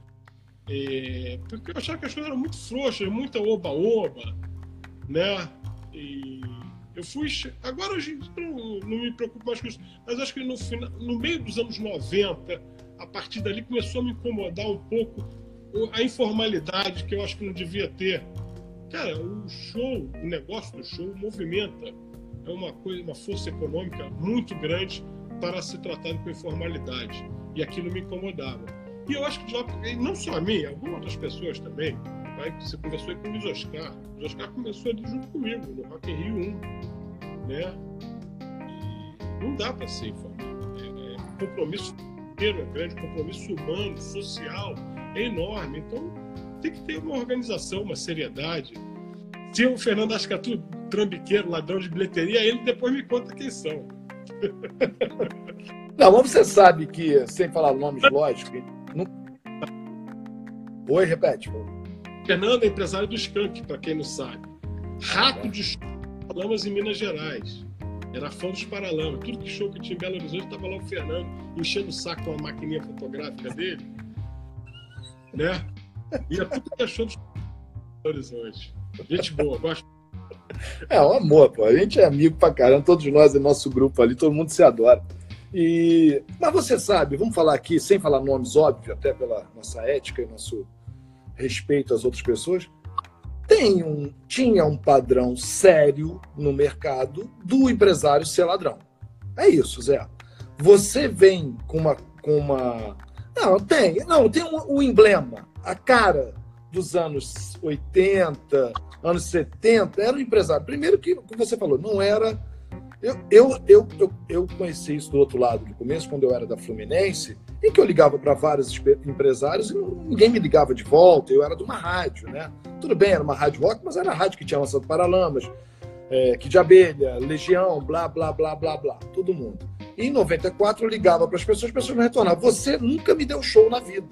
É, porque eu achava que as coisas eram muito frouxas, muita oba-oba, né? E eu fui... Agora, hoje, não, não me preocupo mais com isso, mas acho que no, final, no meio dos anos noventa, a partir dali começou a me incomodar um pouco a informalidade que eu acho que não devia ter. Cara, o show, o negócio do show movimenta. É uma coisa, uma força econômica muito grande para ser tratado com informalidade. E aquilo me incomodava. E eu acho que já, não só a mim, algumas outras pessoas também. Vai, você conversou aí com o Luiz Oscar. O Luiz Oscar começou ali junto comigo, no Rock in Rio um. Né? E não dá para ser informal. É, é, compromisso é grande, compromisso humano, social, é enorme. Então, tem que ter uma organização, uma seriedade. Se o Fernando acha que é tudo trambiqueiro, ladrão de bilheteria, ele depois me conta quem são. Não, mas você sabe que, sem falar nomes lógicos... Não... Oi, repete. Fernando é empresário do Skank, para quem não sabe. Rato de show Paralamas em Minas Gerais. Era fã dos Paralamas. Tudo que show que tinha em Belo Horizonte, estava lá o Fernando enchendo o saco com a maquininha fotográfica dele. Né? E é tudo que achou dos Horizonte. Gente boa, gosto. É um amor, pô. A gente é amigo pra caramba, todos nós em nosso grupo ali, todo mundo se adora. E... Mas você sabe, vamos falar aqui, sem falar nomes óbvios, até pela nossa ética e nosso respeito às outras pessoas, tem um, tinha um padrão sério no mercado do empresário ser ladrão. É isso, Zé. Você vem com uma... Com uma... Não, tem, não, tem um, um emblema, a cara dos anos oitenta, anos setenta, era um empresário. Primeiro que, como você falou, não era... Eu, eu, eu, eu, eu conheci isso do outro lado no começo, quando eu era da Fluminense, em que eu ligava para vários empresários e ninguém me ligava de volta. Eu era de uma rádio, né? Tudo bem, era uma rádio rock, mas era a rádio que tinha lançado Paralamas, é, Kid de Abelha, Legião, blá, blá, blá, blá, blá, todo mundo. E em noventa e quatro eu ligava para as pessoas, as pessoas não retornavam. Você nunca me deu show na vida.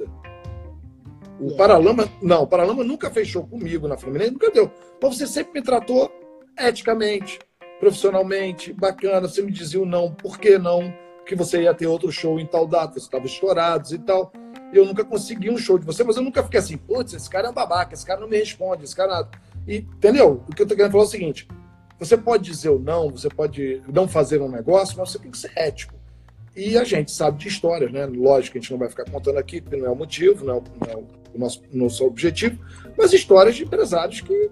O Paralama, não, o Paralama nunca fez show comigo na Fluminense, nunca deu. Mas você sempre me tratou eticamente, profissionalmente, bacana. Você me dizia o não, por que não? Porque você ia ter outro show em tal data, você estava estourados e tal. Eu nunca consegui um show de você, mas eu nunca fiquei assim, putz, esse cara é um babaca, esse cara não me responde, esse cara nada. E, entendeu? O que eu estou querendo falar é o seguinte, você pode dizer o não, você pode não fazer um negócio, mas você tem que ser ético. E a gente sabe de histórias, né? Lógico que a gente não vai ficar contando aqui, porque não é o motivo, não é o, não é o nosso, nosso objetivo, mas histórias de empresários que...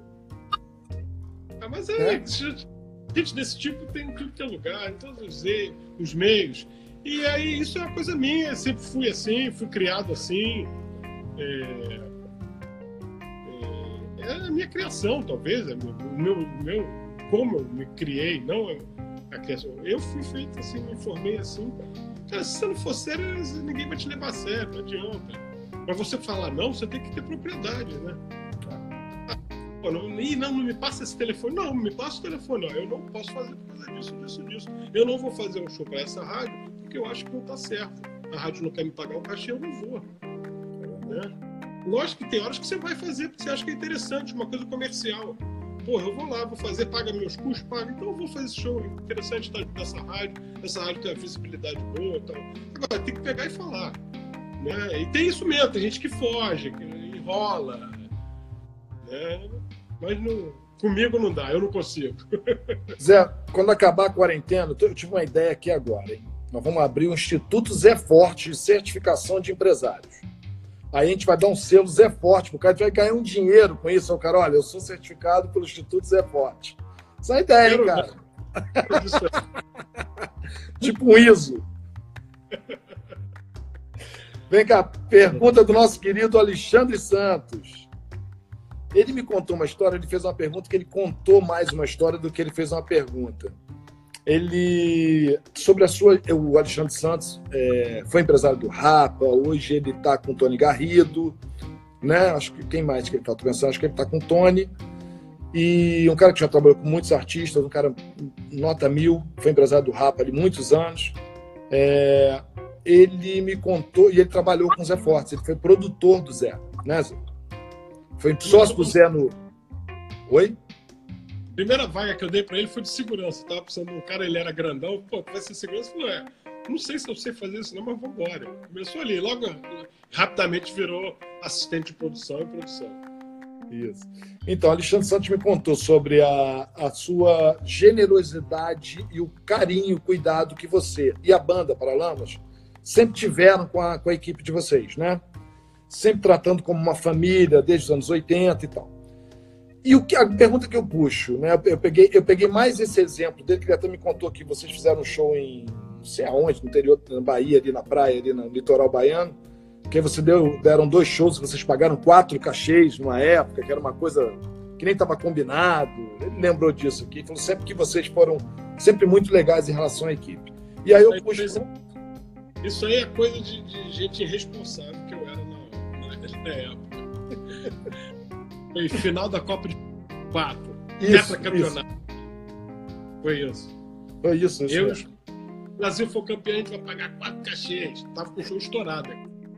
Ah, mas é... é. Gente desse tipo tem em tudo que é lugar, em todos os, os meios. E aí isso é uma coisa minha, eu sempre fui assim, fui criado assim. É, é, é a minha criação, talvez, é o meu, meu, como eu me criei, não a criação. Eu fui feito assim, me formei assim. Cara, se você não for sério, ninguém vai te levar a sério, não adianta. Pra você falar não, você tem que ter propriedade, né? Pô, não, e não, não me passa esse telefone. Não, me passa o telefone. Não, eu não posso fazer por causa disso, disso, disso. Eu não vou fazer um show para essa rádio porque eu acho que não tá certo. A rádio não quer me pagar o cachê, eu não vou. Né? Lógico que tem horas que você vai fazer porque você acha que é interessante, uma coisa comercial. Pô, eu vou lá, vou fazer, paga meus custos, paga. Então eu vou fazer esse show. Interessante estar nessa rádio. Essa rádio tem uma visibilidade boa e tal. Agora, tem que pegar e falar. Né? E tem isso mesmo, tem gente que foge, que enrola. Né? Mas não, comigo não dá, eu não consigo. Zé, quando acabar a quarentena, eu tive uma ideia aqui agora, hein? Nós vamos abrir o Instituto Zé Forte de Certificação de Empresários. Aí a gente vai dar um selo Zé Forte, o cara vai ganhar um dinheiro com isso. O cara, olha, eu sou certificado pelo Instituto Zé Forte. Essa é a ideia, hein, cara? Tipo um I S O. Vem cá, pergunta do nosso querido Alexandre Santos. Ele me contou uma história, ele fez uma pergunta que ele contou mais uma história do que ele fez uma pergunta. Ele, sobre a sua, o Alexandre Santos é, foi empresário do Rapa, hoje ele está com o Tony Garrido, né? Acho que quem mais que ele está pensando? Acho que ele está com o Tony. E um cara que já trabalhou com muitos artistas, um cara nota mil, foi empresário do Rapa há muitos anos. É, ele me contou, e ele trabalhou com o Zé Fortes, ele foi produtor do Zé, né, Zé? Foi sócio do Zé no... Oi? A primeira vaga que eu dei pra ele foi de segurança. Eu tava precisando de um cara, ele era grandão. Pô, vai ser segurança? Eu falei, é, não sei se eu sei fazer isso não, mas vambora. Começou ali, logo rapidamente virou assistente de produção e produção. Isso. Então, Alexandre Santos me contou sobre a, a sua generosidade e o carinho, o cuidado que você e a banda Paralamas sempre tiveram com a, com a equipe de vocês, né? Sempre tratando como uma família desde os anos oitenta e tal. E o que, a pergunta que eu puxo, né? Eu peguei, eu peguei mais esse exemplo dele, que ele até me contou que vocês fizeram um show em não sei aonde, no interior, na Bahia, ali na praia, ali no litoral baiano, que aí você deu, deram dois shows e vocês pagaram quatro cachês numa época, que era uma coisa que nem estava combinado. Ele lembrou disso aqui, falou sempre que vocês foram sempre muito legais em relação à equipe. E aí eu puxo... Isso aí é coisa de, de gente irresponsável que eu era na, na época. Foi final da Copa de quatro. Isso, campeonato. Isso. Foi isso. Foi isso. isso eu, mesmo. O Brasil for campeão, a gente vai pagar quatro cachês. Tava com o show estourado.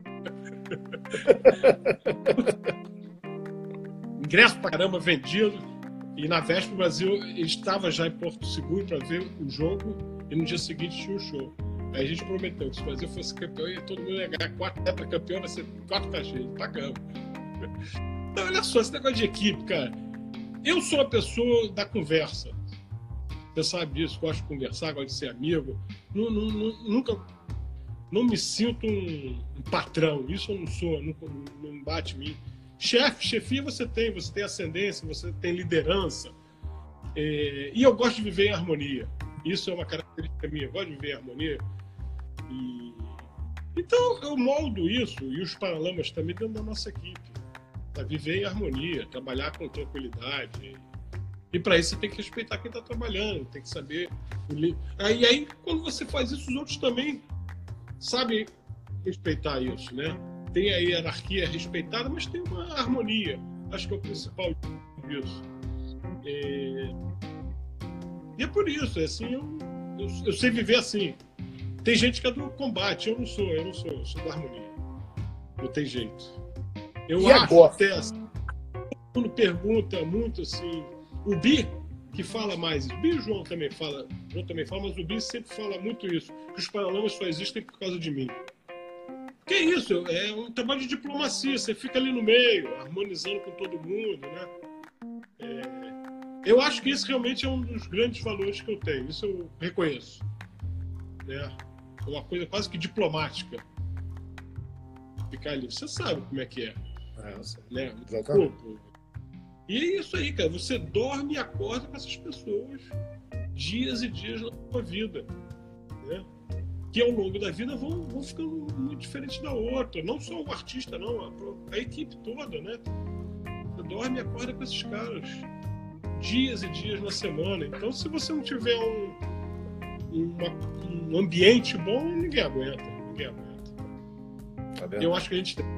Ingresso pra caramba vendido. E na véspera o Brasil estava já em Porto Seguro para ver o jogo. E no dia seguinte tinha o show. Aí a gente prometeu que se o Brasil fosse campeão, ia todo mundo ia ganhar quatro tetracampeão, vai ser quatro cachês. Pagamos. Então, olha só, esse negócio de equipe, cara. Eu sou uma pessoa da conversa. Você sabe disso, gosto de conversar, gosto de ser amigo. Não, não, não, nunca não me sinto um, um patrão. Isso eu não sou, não, não bate em mim. Chefe, chefia você tem, você tem ascendência, você tem liderança. É, e eu gosto de viver em harmonia. Isso é uma característica minha, eu gosto de viver em harmonia. E... Então eu moldo isso, e os Paralamas também dentro da nossa equipe. Para viver em harmonia, trabalhar com tranquilidade. E para isso você tem que respeitar quem está trabalhando, tem que saber. Aí, aí, quando você faz isso, os outros também sabem respeitar isso, né? Tem a hierarquia respeitada, mas tem uma harmonia. Acho que é o principal disso. É... E é por isso, é assim, eu, eu, eu sei viver assim. Tem gente que é do combate, eu não sou, eu não sou, eu sou da harmonia. Não tem jeito. Eu e acho agora? até assim, todo mundo pergunta muito assim, o Bi, que fala mais, o Bi e o João também fala, o João também fala, mas o Bi sempre fala muito isso, que os Paralamas só existem por causa de mim. Que é isso? É um trabalho de diplomacia, você fica ali no meio, harmonizando com todo mundo, né? É... Eu acho que esse realmente é um dos grandes valores que eu tenho, isso eu reconheço. Né? É uma coisa quase que diplomática. Ficar ali, você sabe como é que é. É, né? Exatamente. E é isso aí, cara. Você dorme e acorda com essas pessoas dias e dias na sua vida. Né? Que ao longo da vida vão, vão ficando muito diferentes da outra. Não só o artista, não. A, a equipe toda, né? dorme e acorda com esses caras. Dias e dias na semana. Então, se você não tiver um, uma, um ambiente bom, ninguém aguenta. Ninguém aguenta. É Eu acho que a gente tem.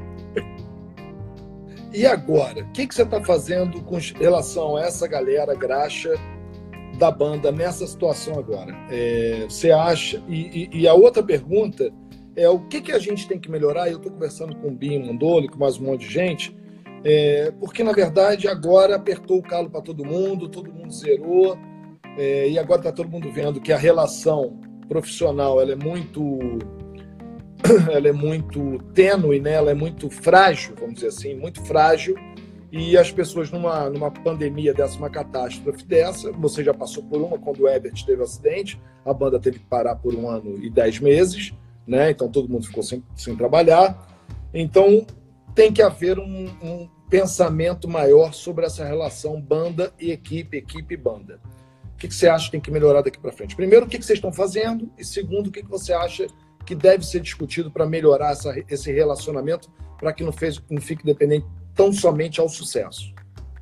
E agora? O que, que você está fazendo com relação a essa galera graxa da banda nessa situação agora? É, você acha... E, e, e a outra pergunta é o que, que a gente tem que melhorar? Eu estou conversando com o Binho Mandoli, com mais um monte de gente, é, porque, na verdade, agora apertou o calo para todo mundo, todo mundo zerou, é, e agora está todo mundo vendo que a relação profissional ela é muito... ela é muito tênue, né? Ela é muito frágil, vamos dizer assim, muito frágil, e as pessoas numa, numa pandemia dessa, uma catástrofe dessa, você já passou por uma quando o Herbert teve um acidente, a banda teve que parar por um ano e dez meses, né? Então todo mundo ficou sem, sem trabalhar, então tem que haver um, um pensamento maior sobre essa relação banda e equipe, equipe e banda. O que, que você acha que tem que melhorar daqui para frente? Primeiro, o que, que vocês estão fazendo, e segundo, o que, que você acha que deve ser discutido para melhorar essa, esse relacionamento, para que não, fez, não fique dependente tão somente ao sucesso?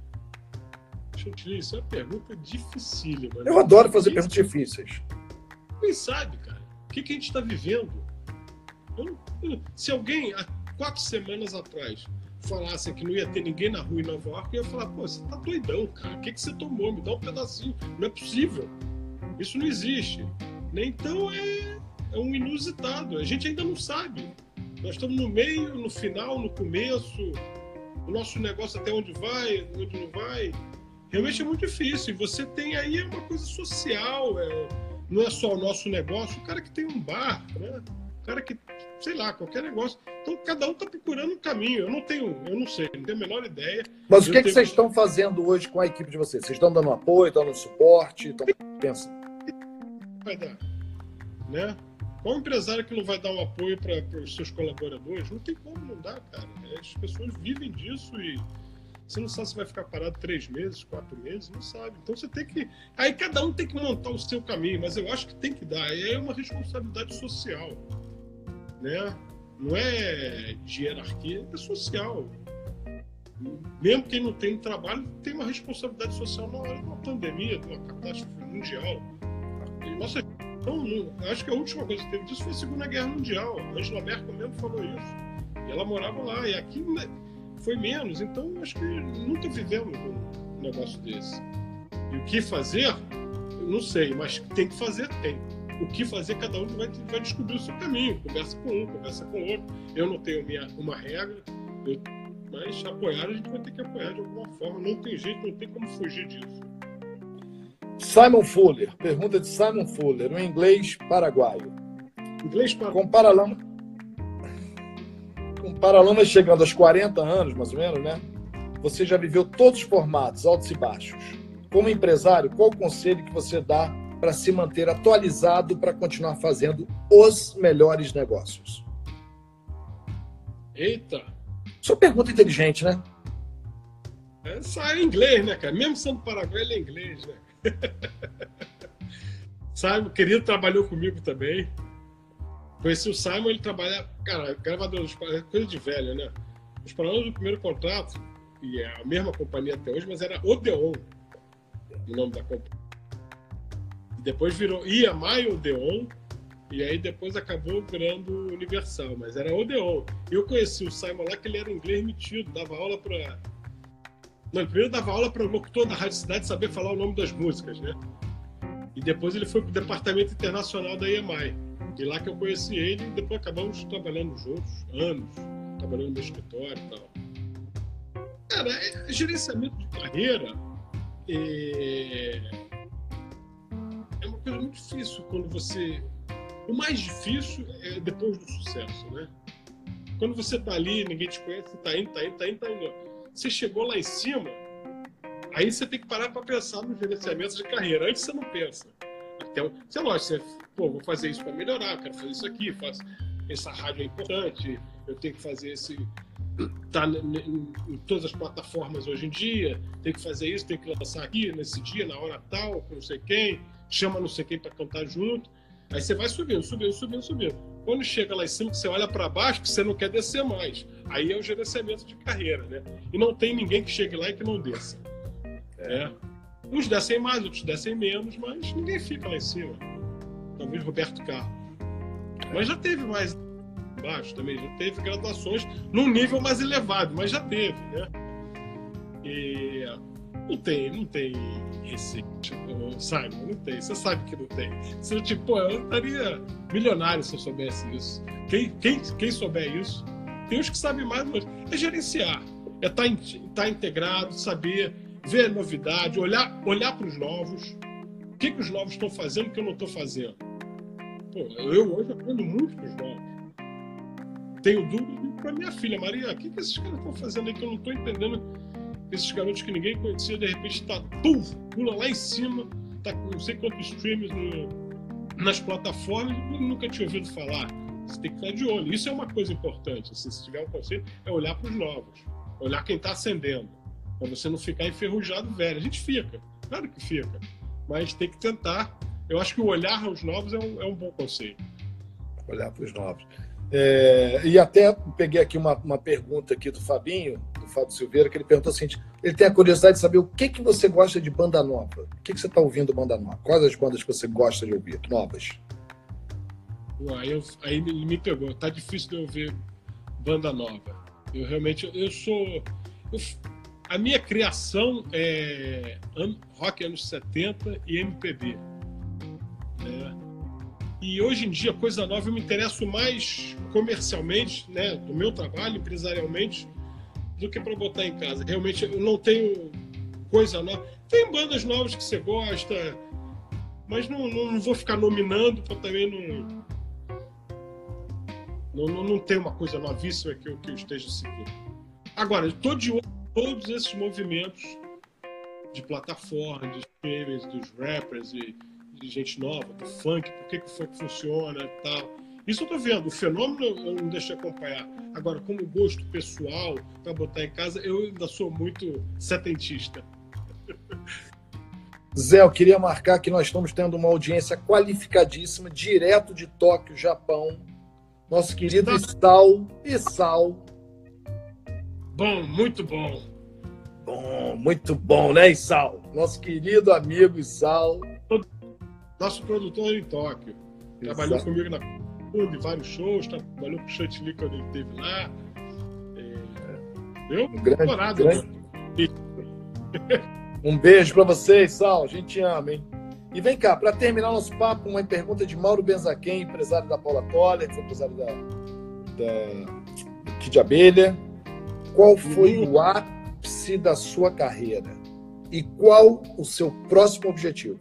Isso é uma pergunta dificílima. Né? Eu adoro fazer perguntas difíceis. Quem sabe, cara? O que, que a gente está vivendo? Eu, eu, se alguém, há quatro semanas atrás, falasse que não ia ter ninguém na rua em Nova York, eu ia falar, pô, você tá doidão, cara. O que, que você tomou? Me dá um pedacinho. Não é possível. Isso não existe. Então é... é um inusitado, a gente ainda não sabe. Nós estamos no meio, no final, no começo, o nosso negócio até onde vai, onde não vai. Realmente é muito difícil. E você tem aí uma coisa social, é, não é só o nosso negócio, o cara que tem um bar, né? O cara que, sei lá, qualquer negócio. Então cada um está procurando um caminho. Eu não tenho, eu não sei, não tenho a menor ideia. Mas o que, tenho... que vocês estão fazendo hoje com a equipe de vocês? Vocês estão dando apoio, estão dando suporte? Estão pensando? Vai dar, né? Qual empresário que não vai dar um apoio para os seus colaboradores? Não tem como não dar, cara. As pessoas vivem disso e você não sabe se vai ficar parado três meses, quatro meses, não sabe. Então você tem que... Aí cada um tem que montar o seu caminho, mas eu acho que tem que dar. E é uma responsabilidade social, né? Não é de hierarquia, é social. Mesmo quem não tem trabalho tem uma responsabilidade social na hora de uma pandemia, de uma catástrofe mundial. Nossa, Então, não, acho que a última coisa que teve disso foi a Segunda Guerra Mundial. A Angela Merkel mesmo falou isso. E ela morava lá. E aqui foi menos. Então, acho que nunca vivemos um negócio desse. E o que fazer? Eu não sei. Mas tem que fazer, tem. O que fazer, cada um vai, vai descobrir o seu caminho. Conversa com um, conversa com o outro. Eu não tenho minha, uma regra. Eu, mas apoiar, a gente vai ter que apoiar de alguma forma. Não tem jeito, não tem como fugir disso. Simon Fuller, pergunta de Simon Fuller, um inglês paraguaio. Inglês paraguaio. Com Paralama, com Paralama chegando aos quarenta anos, mais ou menos, né? Você já viveu todos os formatos, altos e baixos. Como empresário, qual o conselho que você dá para se manter atualizado para continuar fazendo os melhores negócios? Eita! Sua pergunta inteligente, né? Essa é inglês, né, cara? Mesmo sendo paraguaio, ele é inglês, né? Simon, querido, trabalhou comigo também. Conheci o Simon, ele trabalha, cara, gravador, coisa de velho, né? Os Paralamas do primeiro contrato, e é a mesma companhia até hoje, mas era Odeon, o nome da companhia. E depois virou I M I Odeon, e aí depois acabou virando Universal, mas era Odeon. E eu conheci o Simon lá, que ele era inglês metido, dava aula para... Não, ele primeiro dava aula para o locutor da Rádio Cidade saber falar o nome das músicas, né? E depois ele foi para o departamento internacional da I M I. E lá que eu conheci ele, e depois acabamos trabalhando juntos, anos, trabalhando no meu escritório e tal. Cara, é, gerenciamento de carreira é... é uma coisa muito difícil quando você... O mais difícil é depois do sucesso, né? Quando você está ali, ninguém te conhece, você está indo, está indo, está indo, está indo. Você chegou lá em cima, aí você tem que parar para pensar no gerenciamento de carreira. Antes você não pensa. Até, sei lá, você, pô, vou fazer isso para melhorar, quero fazer isso aqui, faço, essa rádio é importante, eu tenho que fazer esse... Tá em, em todas as plataformas hoje em dia, tem que fazer isso, tem que lançar aqui, nesse dia, na hora tal, com não sei quem, chama não sei quem para cantar junto. Aí você vai subindo, subindo, subindo, subindo. Quando chega lá em cima, que você olha para baixo, que você não quer descer mais. Aí é o gerenciamento de carreira, né? E não tem ninguém que chegue lá e que não desça. É. É. Uns descem mais, outros descem menos, mas ninguém fica lá em cima. Talvez Roberto Carlos. Mas já teve mais baixo também, já teve graduações num nível mais elevado, mas já teve, né? E não tem, não tem receita, sabe? Não tem, você sabe que não tem. Se eu, tipo, eu estaria milionário se eu soubesse isso. Quem, quem, quem souber isso, tem uns que sabem mais, mas é gerenciar, é estar tá integrado, saber, ver a novidade, olhar, olhar para os novos, o que, que os novos estão fazendo que eu não estou fazendo. Pô, eu hoje aprendo muito com os novos. Tenho dúvida para minha filha, Maria, o que, que esses caras estão fazendo aí que eu não estou entendendo? Esses garotos que ninguém conhecia, de repente tá, pum, pula lá em cima, tá com não sei quantos streams no, nas plataformas, eu nunca tinha ouvido falar. Você tem que estar de olho. Isso é uma coisa importante. Assim, se tiver um conselho, é olhar para os novos, olhar quem está acendendo, para você não ficar enferrujado velho. A gente fica, claro que fica, mas tem que tentar. Eu acho que o olhar aos novos é um, é um bom conselho. Olhar para os novos. É, e até peguei aqui uma, uma pergunta aqui do Fabinho, do Fábio Silveira, que ele perguntou o seguinte: ele tem a curiosidade de saber o que, que você gosta de banda nova. O que, que você está ouvindo banda nova? Quais as bandas que você gosta de ouvir, novas? Uai, eu, aí me, me pegou. Tá difícil de eu ouvir banda nova. Eu realmente, eu sou... Eu, a minha criação é rock anos setenta e M P B. Né? E hoje em dia, coisa nova, eu me interesso mais comercialmente, né, do meu trabalho, empresarialmente, do que para botar em casa. Realmente, eu não tenho coisa nova. Tem bandas novas que você gosta, mas não, não, não vou ficar nominando para também não, não, não, não ter uma coisa novíssima que eu, que eu esteja seguindo. Agora, eu estou de olho em todos esses movimentos de plataforma, de streamers, dos rappers e de gente nova, do funk, por que, que o funk funciona e tal. Isso eu tô vendo. O fenômeno eu não deixo acompanhar. Agora, como gosto pessoal, para botar em casa, eu ainda sou muito setentista. Zé, eu queria marcar que nós estamos tendo uma audiência qualificadíssima, direto de Tóquio, Japão. Nosso querido Isal. Isal. Bom, muito bom. Bom, muito bom, né, Isal? Nosso querido amigo Isal. Nosso produtor em Tóquio. Trabalhou Exato. comigo na de vários shows, trabalhou com o Chantilly quando ele esteve lá. É... Eu, um grande, adorado, grande... Um beijo para vocês, Sal. A gente te ama, hein? E vem cá, para terminar nosso papo, uma pergunta de Mauro Benzaquem, empresário da Paula Toller, que foi empresário da, da Kid Abelha. Qual foi uhum. o ápice da sua carreira? E qual o seu próximo objetivo?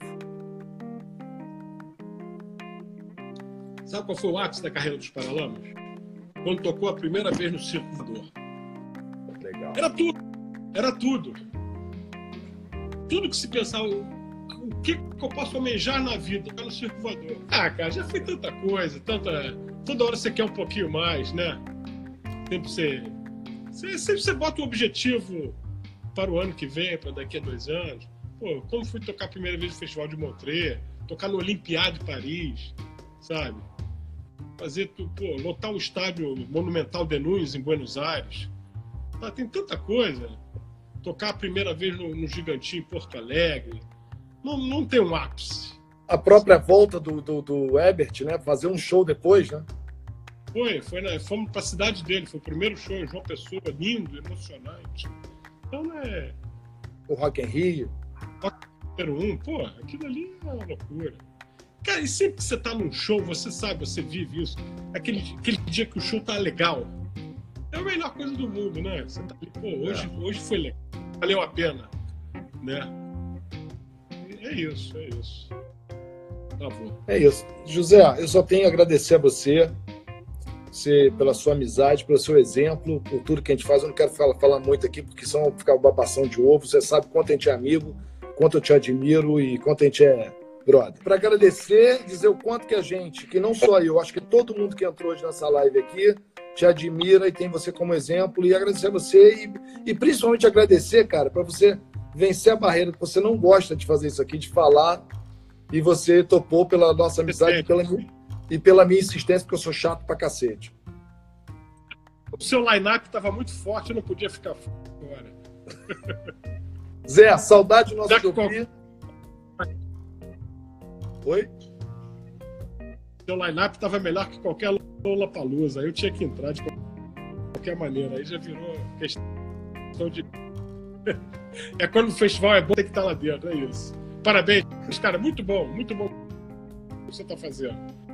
Sabe qual foi o ápice da carreira dos Paralamas? Quando tocou a primeira vez no Circo Voador. Legal. Era tudo. Era tudo. Tudo que se pensava, o que eu posso almejar na vida, tocar no Circo Voador. Ah, cara, já foi tanta coisa, tanta... Toda hora você quer um pouquinho mais, né? Sempre você... você sempre você bota um objetivo para o ano que vem, para daqui a dois anos. Pô, como fui tocar a primeira vez no Festival de Montreux, tocar no Olympiade de Paris, sabe? Fazer, pô, lotar um estádio Monumental de Nunes em Buenos Aires. Ah, tem tanta coisa. Tocar a primeira vez no, no Gigantinho em Porto Alegre. Não, não tem um ápice. A própria volta do, do, do Ebert, né? Fazer um show depois, né? Foi, foi né? Fomos para a cidade dele. Foi o primeiro show em João Pessoa, lindo, emocionante. Então, né? O Rock in Rio. Rock número um, pô, aquilo ali é uma loucura. Cara, e sempre que você tá num show, você sabe, você vive isso. Aquele, aquele dia que o show tá legal. É a melhor coisa do mundo, né? Você tá ali, pô, hoje, é. hoje foi legal. Valeu a pena. Né? É isso, é isso. Tá bom. É isso. José, eu só tenho a agradecer a você, você pela sua amizade, pelo seu exemplo, por tudo que a gente faz. Eu não quero falar, falar muito aqui, porque senão ficar uma babação de ovo. Você sabe quanto a gente é amigo, quanto eu te admiro e quanto a gente é brother. Para agradecer, dizer o quanto que a gente, que não só eu, acho que todo mundo que entrou hoje nessa live aqui, te admira e tem você como exemplo, e agradecer a você e, e principalmente agradecer, cara, para você vencer a barreira, que você não gosta de fazer isso aqui, de falar, e você topou pela nossa amizade, pela, e pela minha insistência, porque eu sou chato pra cacete. O seu line-up estava muito forte, eu não podia ficar fora. Zé, saudade do nosso Já Shopee. Oi? Seu line-up estava melhor que qualquer Lollapalooza. Eu tinha que entrar de qualquer maneira. Aí já virou questão de... É quando o festival é bom, tem que estar lá dentro, é isso. Parabéns, cara, muito bom, muito bom o que você está fazendo.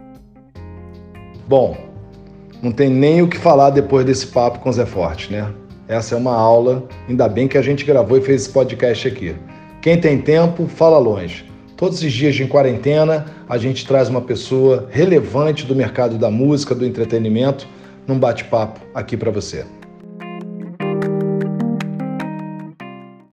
Bom, não tem nem o que falar depois desse papo com o Zé Forte, né? Essa é uma aula, ainda bem que a gente gravou e fez esse podcast aqui. Quem tem tempo, fala longe. Todos esses dias de quarentena, a gente traz uma pessoa relevante do mercado da música, do entretenimento, num bate-papo aqui para você.